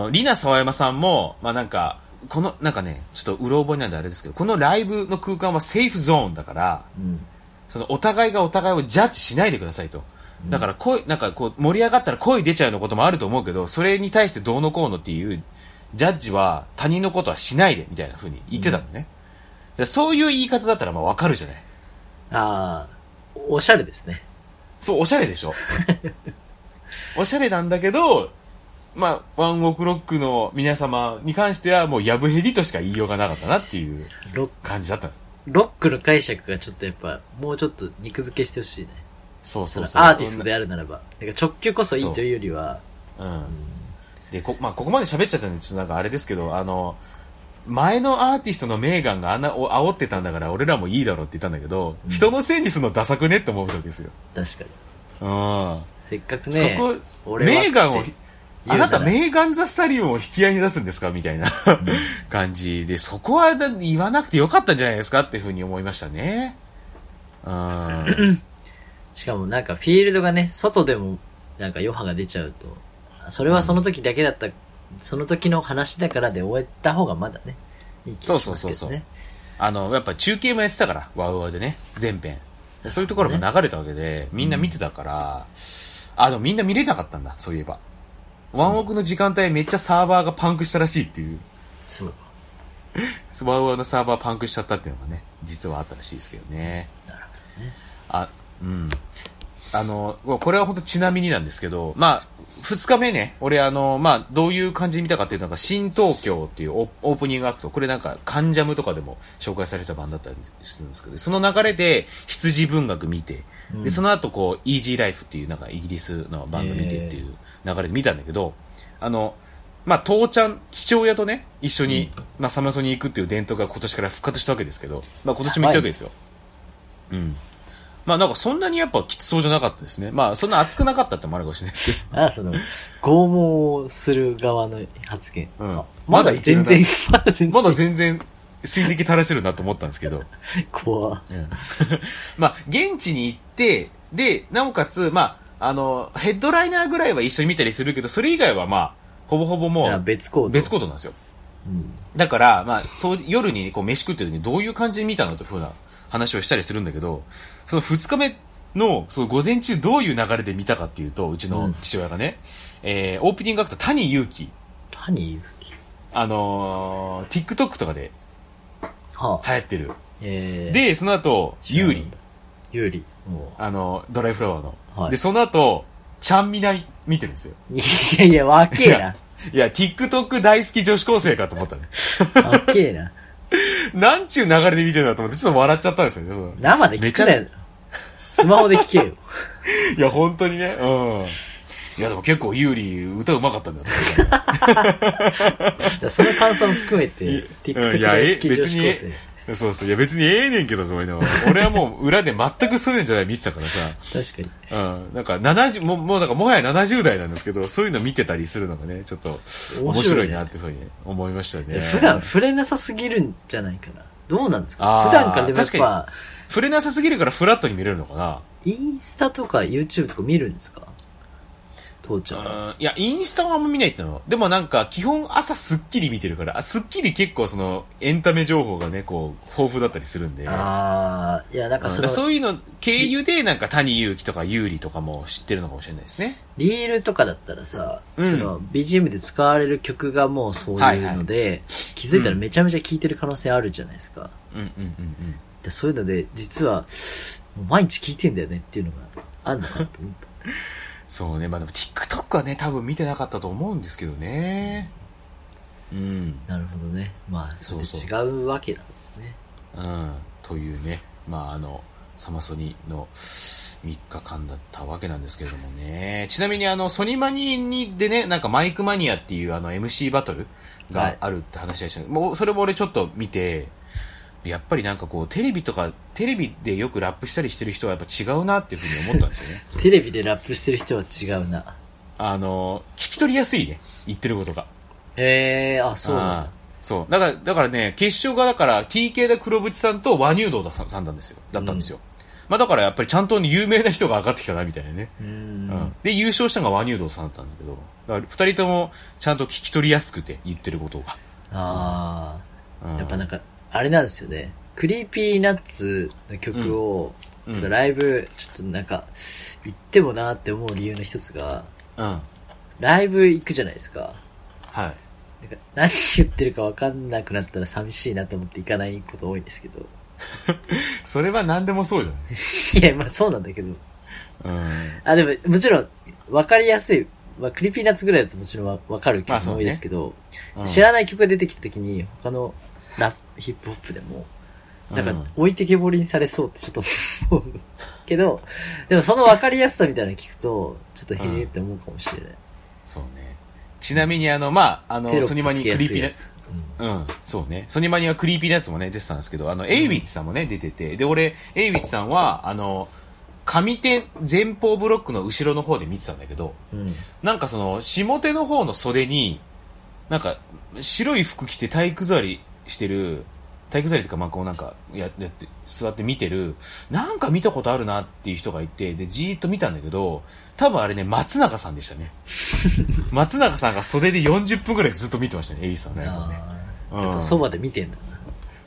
リナ沢山さんも、まあ、なんか、なんかね、ちょっとうろ覚えなんであれですけど、このライブの空間はセーフゾーンだから、お互いがお互いをジャッジしないでくださいと。だからなんかこう、盛り上がったら声出ちゃうのこともあると思うけど、それに対してどうのこうのっていう、ジャッジは他人のことはしないで、みたいな風に言ってたのね。そういう言い方だったらまあわかるじゃない。 おしゃれですね。 そう、おしゃれでしょ。おしゃれなんだけど、まあ、ワンオクロックの皆様に関してはもうやぶへびとしか言いようがなかったなっていう感じだったんです。 ロックの解釈がちょっとやっぱ、もうちょっと肉付けしてほしいね。 そう。アーティストであるならば。なんか直球こそいいというよりは。 で、ここまで喋っちゃったんで、ちょっとなんかあれですけど、前のアーティストのメーガンが煽ってたんだから俺らもいいだろうって言ったんだけど、人のせいにするのダサくねって思うわけですよ。 確かに。せっかくね、 メーガンを、あなたメーガン・ザ・スタリオンを引き合いに出すんですかみたいな感じで、そこは言わなくてよかったんじゃないですかっていうふうに思いましたね。 しかもなんかフィールドがね、外でもなんか余波が出ちゃうと、それはその時だけだった、その時の話だからで終えた方がまだね、いい気がしますけどね。 やっぱ中継もやってたから、ワウワウでね、全編。 そういうところも流れたわけで、みんな見てたから、でもみんな見れなかったんだ、そういえば。ワンオクの時間帯めっちゃサーバーがパンクしたらしいっていう。 そう。 ワンオクのサーバーパンクしちゃったっていうのがね、実はあったらしいですけどね。 なるほどね。 これは本当ちなみになんですけど、まあ、2日目ね、俺まあ、どういう感じで見たかっていうのが、新東京っていうオープニングアクト、これなんか、カンジャムとかでも紹介された版だったりするんですけど、その流れで羊文学見て、で、その後こう、イージーライフっていうなんかイギリスのバンド見てっていう流れで見たんだけど、まあ、父親とね、一緒に、まあ、サマソに行くっていう伝統が今年から復活したわけですけど、まあ、今年も行ったわけですよ。はい、うん。まあなんかそんなにやっぱきつそうじゃなかったですね。まあそんな熱くなかったってもあるかもしれないですけど。 拷問する側の発言。 うん。 まだ全然、 まだ全然水滴垂らせるなと思ったんですけど。 怖うん。まあ現地に行って、で、なおかつ、まあ、ヘッドライナーぐらいは一緒に見たりするけど、それ以外はまあ、ほぼほぼもう、別行動なんですよ。うん。だから、まあ、夜にこう飯食ってる時にどういう感じで見たのというふうな話をしたりするんだけど、その2日目の、その午前中どういう流れで見たかっていうと、うちの父親がね、オープニングアクト、谷祐希。TikTok とかで、流行ってる。で、その後、ユーリ。ドライフラワーの。はい、で、その後、ちゃんみな見てるんですよ。 いや、わけえな。 いや、TikTok 大好き女子高生かと思ったね。 わけえな。 なんちゅう流れで見てるんだと思って、ちょっと笑っちゃったんですよね。 生で聞くなよ。スマホで聞けよ。 いや、本当にね。うん。いや、でも結構ユーリ歌うまかったんだよ。 いや、その感想も含めて、TikTok 大好き女子高生。 そうそう。いや別にええねんけど、ごめんな。俺はもう裏で全くそういうんじゃない見てたからさ。 確かに。 うん。なんか70、もうなんかもはや70代なんですけど、そういうの見てたりするのがね、ちょっと面白いなっていうふうに思いましたね。 普段触れなさすぎるんじゃないかな。どうなんですか？普段からでもやっぱ。 触れなさすぎるからフラットに見れるのかな？ インスタとか YouTube とか見るんですか？父ちゃん。 いや、インスタはあんま見ないっての。でもなんか、基本朝スッキリ見てるから、スッキリ結構その、エンタメ情報がね、こう、豊富だったりするんで。 いや、なんかそういうの経由で、なんか谷祐希とか優里とかも知ってるのかもしれないですね。 リールとかだったらさ、その、BGM で使われる曲がもうそういうので、気づいたらめちゃめちゃ聴いてる可能性あるじゃないですか。そういうので、実は、もう毎日聴いてんだよねっていうのがあるのかなと思った。 そうね。まあでも TikTok はね、多分見てなかったと思うんですけどね。うん。 なるほどね。まあ、それ違うわけなんですね。 うん。というね。まあサマソニの3日間だったわけなんですけれどもね。ちなみにソニマニでね、なんかマイクマニアっていうMC バトルがあるって話でした、もうそれも俺ちょっと見て、やっぱりなんかこうテレビでよくラップしたりしてる人はやっぱ違うなっていうふうに思ったんですよね。 テレビでラップしてる人は違うな。 聞き取りやすいね。言ってることが。 そうなんだ。 そう。だからね、決勝がだから TK で黒渕さんと和乳道さんなんですよ。だったんですよ。まあだからやっぱりちゃんと有名な人が上がってきたなみたいなね。で、優勝したのが和乳道さんだったんですけど、だから二人ともちゃんと聞き取りやすくて言ってることが。 やっぱなんか、あれなんですよね。クリーピーナッツの曲を、ライブ、ちょっとなんか、行ってもなって思う理由の一つが、ライブ行くじゃないですか。 はい。 なんか何言ってるか分かんなくなったら寂しいなと思って行かないこと多いんですけど。 それは何でもそうじゃないいや、まあそうなんだけど。でも、もちろん、分かりやすい。まあ、クリーピーナッツぐらいだともちろん分かる曲も多いですけど、知らない曲が出てきた時に、他のヒップホップでも、なんか置いてけぼりにされそうってちょっと思うけど、でもその分かりやすさみたいなの聞くと、ちょっとへーって思うかもしれない。 そうね。ちなみにソニマにクリーピーナッツ。そうね。ソニマにはクリーピーナッツもね、出てたんですけど、エイウィッツさんもね、出てて、で、俺、エイウィッツさんは、上手、前方ブロックの後ろの方で見てたんだけど、なんかその、下手の方の袖に、なんか、白い服着て体育座りっていうか、まあ、こうなんか、やって、座って見てる、なんか見たことあるなっていう人がいて、で、じーっと見たんだけど、多分あれね、松永さんでしたね。松永さんが袖で40分くらいずっと見てましたね、エイさんのやつをね。 やっぱそばで見てんだな。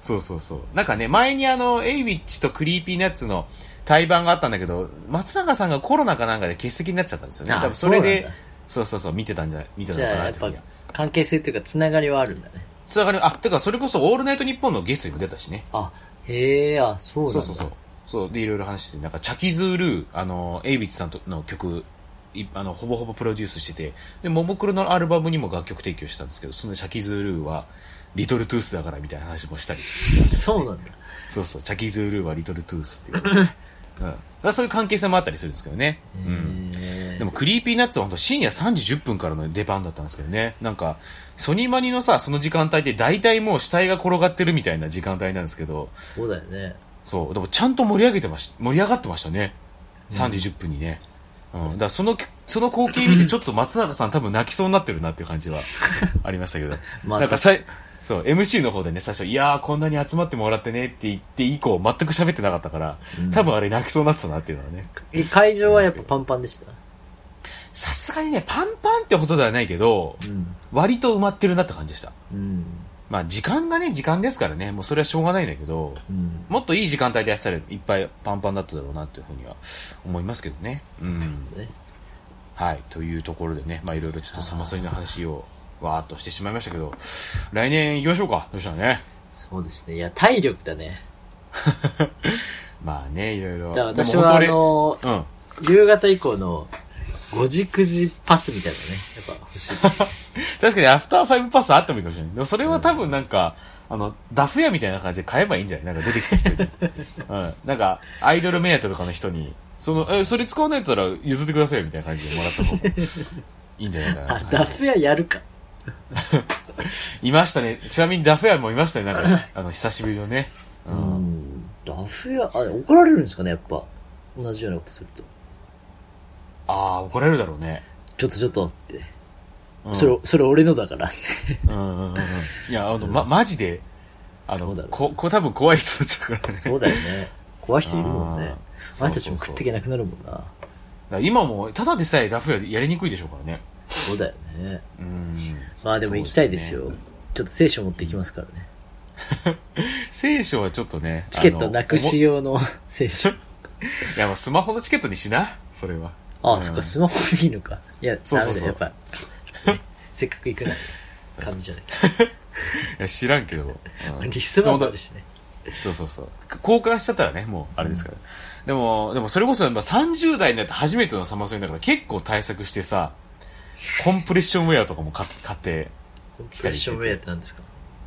そうそうそう。なんかね、前にエイウィッチとクリーピーナッツの対バンがあったんだけど、松永さんがコロナかなんかで欠席になっちゃったんですよね。多分それで、そうそうそう、見てたのかなっていう。 じゃあやっぱ関係性っていうかつながりはあるんだね。 つながり、てかそれこそオールナイトニッポンのゲストにも出たしね。 へえ、そうなんだ。 そうそうそう。そう、で、いろいろ話してて、なんかチャキズールー、エイウィッチさんとの曲、ほぼほぼプロデュースしてて、で、ももクロのアルバムにも楽曲提供したんですけど、そのチャキズールーは、リトルトゥースだからみたいな話もしたりして。 そうなんだ。 そうそう、チャキズールーはリトルトゥースっていう。うん。そういう関係性もあったりするんですけどね。うん。でも、クリーピーナッツは本当深夜3時10分からの出番だったんですけどね。なんか、ソニーマニのさ、その時間帯って大体もう死体が転がってるみたいな時間帯なんですけど。 そうだよね。 そう。でもちゃんと盛り上がってましたね。3時10分にね。だからその光景見てちょっと松永さん多分泣きそうになってるなっていう感じはありましたけど。なんかそう、MC の方でね、最初、いやーこんなに集まってもらってねって言って以降全く喋ってなかったから、多分あれ泣きそうになってたなっていうのはね。 会場はやっぱパンパンでした？ さすがにね、パンパンってほどではないけど、割と埋まってるなって感じでした。まあ時間がね、時間ですからね、もうそれはしょうがないんだけど、もっといい時間帯でやってたらいっぱいパンパンだっただろうなっていうふうには思いますけどね。はい、というところでね、まあいろいろちょっとサマソニの話をわーっとしてしまいましたけど、来年行きましょうか。どうしたらね。 そうですね。いや、体力だね。 まあね、いろいろ。 私は夕方以降の5時9時パスみたいなね、やっぱ欲しい。 確かにアフター5パスあってもいいかもしれない。でもそれは多分なんか、ダフ屋みたいな感じで買えばいいんじゃないなんか出てきた人に。なんか、アイドル目当てとかの人に、それ使わないとら譲ってくださいみたいな感じでもらった方がいいんじゃないかな。 ダフ屋やるか。 いましたね。ちなみにダフ屋もいましたね。なんか、久しぶりのね。 ダフ屋、怒られるんですかね、やっぱ。同じようなことすると。 怒られるだろうね。 ちょっとって。それ俺のだからって。 いや、マジで、多分怖い人たちだからね。 そうだよね。怖い人いるもんね。前たちも食っていけなくなるもんな。 今も、ただでさえラフ屋やりにくいでしょうからね。 そうだよね。まあでも行きたいですよ。ちょっと聖書持っていきますからね。 聖書はちょっとね。 チケットなくし用の聖書。いや、もうスマホのチケットにしな、それは。 そっか、スマホでいいのか。いや、ダメだよ、やっぱ。せっかく行くなら、紙じゃない。いや、知らんけど。 リストバンドあるしね。 そう。交換しちゃったらね、もう、あれですから。でも、それこそ、30代になって初めてのサマソニだから結構対策してさ、コンプレッションウェアとかも買ってきたりして。コンプレッションウェアって何ですか？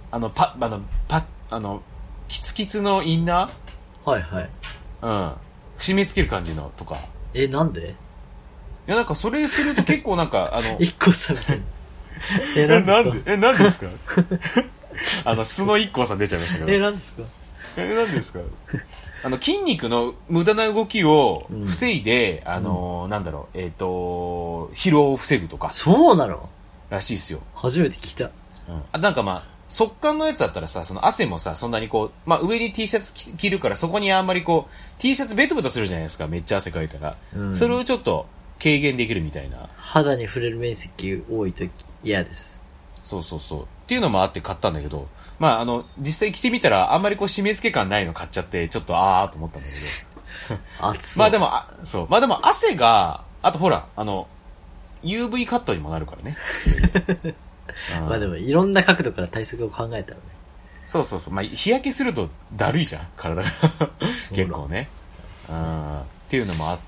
キツキツのインナー？はいはい。 締め付ける感じのとか。 なんで？ いや、なんかそれすると結構なんか、 IKKOさんみたいな。なんですか素のIKKOさん出ちゃいましたけど。 なんですかなんですか筋肉の無駄な動きを防いで、なんだろう、疲労を防ぐとか。 そうなの？ らしいですよ。 初めて聞いた。 なんかまあ、速乾のやつだったらさ、その汗もさ、そんなにこう、まあ上に T シャツ着るからそこにあんまりこう、T シャツベトベトするじゃないですか、めっちゃ汗かいたら。それをちょっと軽減できるみたいな。 肌に触れる面積多いと嫌です。 そう。っていうのもあって買ったんだけど、まあ実際着てみたらあんまりこう締め付け感ないの買っちゃって、ちょっとと思ったんだけど。まあでも、まあでも汗が、あとほら、UV カットにもなるからね。 まあでもいろんな角度から対策を考えたらね。 そう。まあ日焼けするとだるいじゃん、体が。結構ね。っていうのもあって、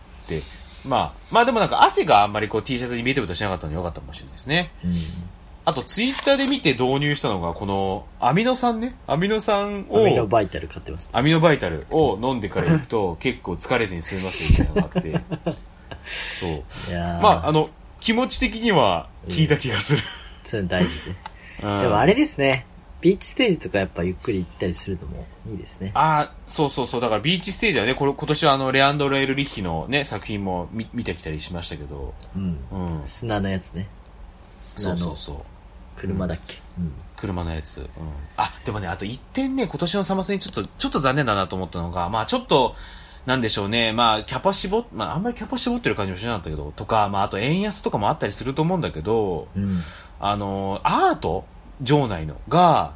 まあでもなんか汗があんまりこう T シャツにベトベトしなかったのでよかったかもしれないですね。あとツイッターで見て導入したのがこのアミノ酸をアミノバイタル買ってます、 アミノバイタルを飲んでから行くと結構疲れずに済みますよみたいなのがあってそうまあ気持ち的には効いた気がする、 それ大事で、でもあれですね、ビーチステージとかやっぱゆっくり行ったりするのもいいですね。 そうだからビーチステージはね、今年はレアンドロ・エルリッヒのね作品も見てきたりしましたけど、 砂のやつね。砂の車だっけ、 車のやつ、でもね、あと一点ね、今年のサマソニちょっと残念だなと思ったのが、まあちょっとなんでしょうね、まああんまりキャパ絞ってる感じもしなかったけどとか、まああと円安とかもあったりすると思うんだけど、アート場内のが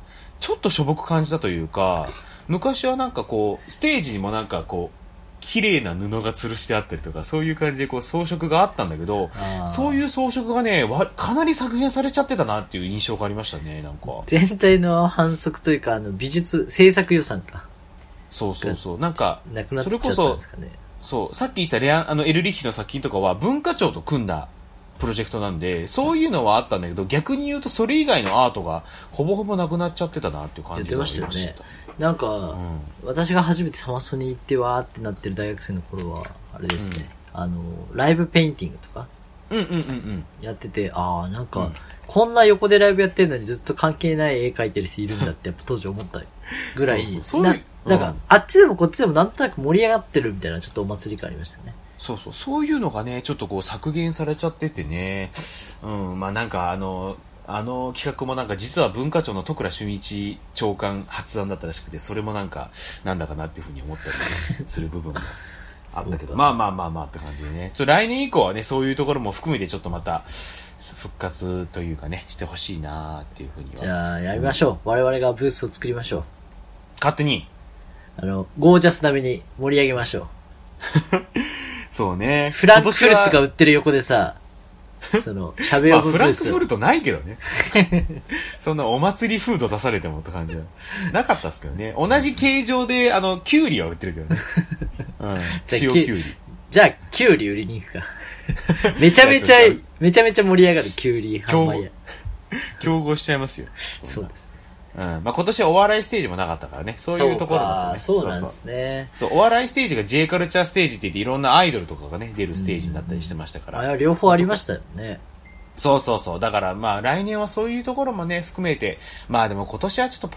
ちょっとしょぼく感じたというか、昔はなんかこう、ステージにもなんかこう、綺麗な布が吊るしてあったりとか、そういう感じでこう装飾があったんだけど、そういう装飾がね、かなり削減されちゃってたなっていう印象がありましたね、なんか。 全体の反則というか、美術、制作予算か。 そうそうそう。なんか、 なくなっちゃったんですかね。 そう、さっき言ったエルリッヒの作品とかは文化庁と組んだプロジェクトなんで、そういうのはあったんだけど、逆に言うとそれ以外のアートがほぼほぼなくなっちゃってたなっていう感じがありました。 やってましたよね。なんか、私が初めてサマソニ行ってわーってなってる大学生の頃は、あれですね、ライブペインティングとか、やってて、なんか、こんな横でライブやってるのにずっと関係ない絵描いてる人いるんだってやっぱ当時思ったぐらい、なんか、あっちでもこっちでもなんとなく盛り上がってるみたいなちょっとお祭り感ありましたね。 そうそう、そういうのがね、ちょっとこう削減されちゃっててね、まあなんか企画もなんか実は文化庁の戸倉俊一長官発案だったらしくて、それもなんか、なんだかなっていうふうに思ったりする部分もあったけど、まあって感じでね。来年以降はね、そういうところも含めてちょっとまた、復活というかね、してほしいなーっていうふうには。 じゃあ、やりましょう。我々がブースを作りましょう。 勝手に。 ゴージャス並みに盛り上げましょう。 そうね。 フランクフルトが売ってる横でさ、シャベオブブース。 フランクフルトないけどね。そんなお祭りフード出されてもって感じはなかったっすけどね。同じ形状で、キュウリは売ってるけどね。塩キュウリ。 じゃあ、キュウリ売りに行くか。めちゃめちゃ盛り上がるキュウリ販売屋。 競合しちゃいますよ。 そうです。 まあ今年はお笑いステージもなかったからね。そういうところもね。 そうなんですね。 そう、お笑いステージが J カルチャーステージって言っていろんなアイドルとかがね、出るステージになったりしてましたから。 両方ありましたよね。 そう。だからまあ来年はそういうところもね、含めて、まあでも今年はちょっと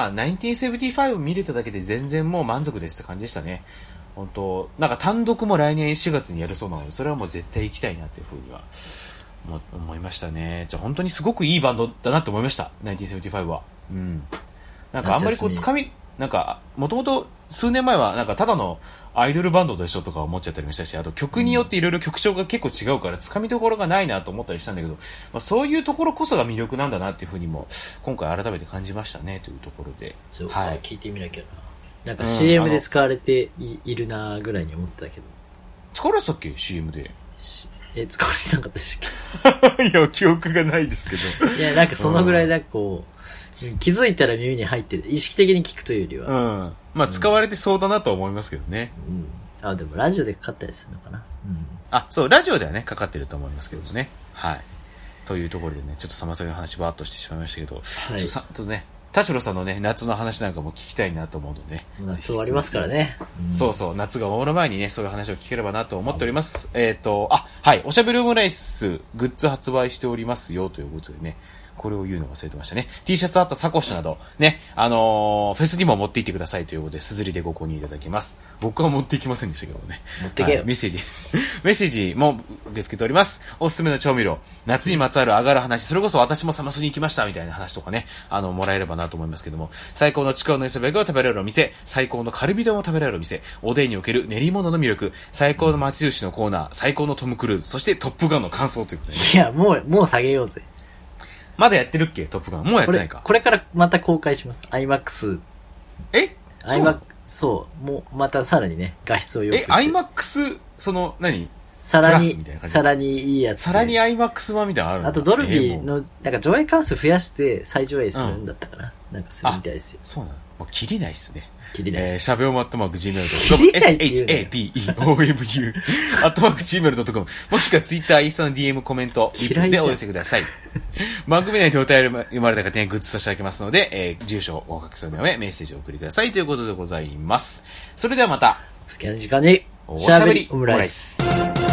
1975見れただけで全然もう満足ですって感じでしたね。本当なんか単独も来年4月にやるそうなので、それはもう絶対行きたいなっていうふうには思いましたね。じゃあ本当にすごくいいバンドだなって思いました。1975は。なんかあんまりこうなんか、もともと数年前はなんかただのアイドルバンドでしょとか思っちゃったりもしたし、あと曲によっていろいろ曲調が結構違うから掴みどころがないなと思ったりしたんだけど、まあそういうところこそが魅力なんだなっていうふうにも今回改めて感じましたねというところで。 はい。聞いてみなきゃな。なんか CM で使われているなぐらいに思ってたけど。 使われてたっけ ?CM で。 使われてなかったでしたっけいや、記憶がないですけど。 いや、なんかそのぐらいなんかこう、気づいたら耳に入ってる。意識的に聞くというよりは。 まあ使われてそうだなと思いますけどね。 でもラジオでかかったりするのかな。 そう、ラジオではね、かかってると思いますけどね。はい。というところでね、ちょっとサマソニの話バーっとしてしまいましたけど、ちょっとね、田代さんのね、夏の話なんかも聞きたいなと思うのでね。 夏終わりますからね。 そう、夏が終わる前にね、そういう話を聞ければなと思っております。はい、おしゃべりオムライス、グッズ発売しておりますよ、ということでね。これを言うの忘れてましたね。T シャツあったサコッシュなど、ね、フェスにも持って行ってくださいということで、すずりでご購入いただけます。僕は持って行きませんでしたけどね。 持ってけよ。 メッセージも受け付けております。おすすめの調味料、夏にまつわる上がる話、それこそ私もサマソに行きましたみたいな話とかね、もらえればなと思いますけども、最高のちくわの磯辺が食べられるお店、最高のカルビ丼を食べられるお店、おでんにおける練り物の魅力、最高の町寿司のコーナー、最高のトムクルーズ、そしてトップガンの感想ということで、ね。 いや、もう下げようぜ。 まだやってるっけトップガン。もうやってないか。 これからまた公開します。IMAX。そう。もう、またさらにね、画質を良くして。 IMAX、 さらにいいやつ。 さらに IMAX 版みたいなのあるの？ あとドルビーの、なんか上映関数増やして再上映するんだったかな。なんかするみたいですよ。 そうなの？もう切りないっすね。 切りない。 しゃべおま@gmail.com shabeomu@gmail.com もしくは Twitter、インスタの DM、コメント、リプでお寄せください。番組内でお便り読まれた方にはグッズ差し上げますので、住所をお書き添えの上、メッセージをお送りくださいということでございます。それではまた、 好きな時間に、 おしゃべりオムライス。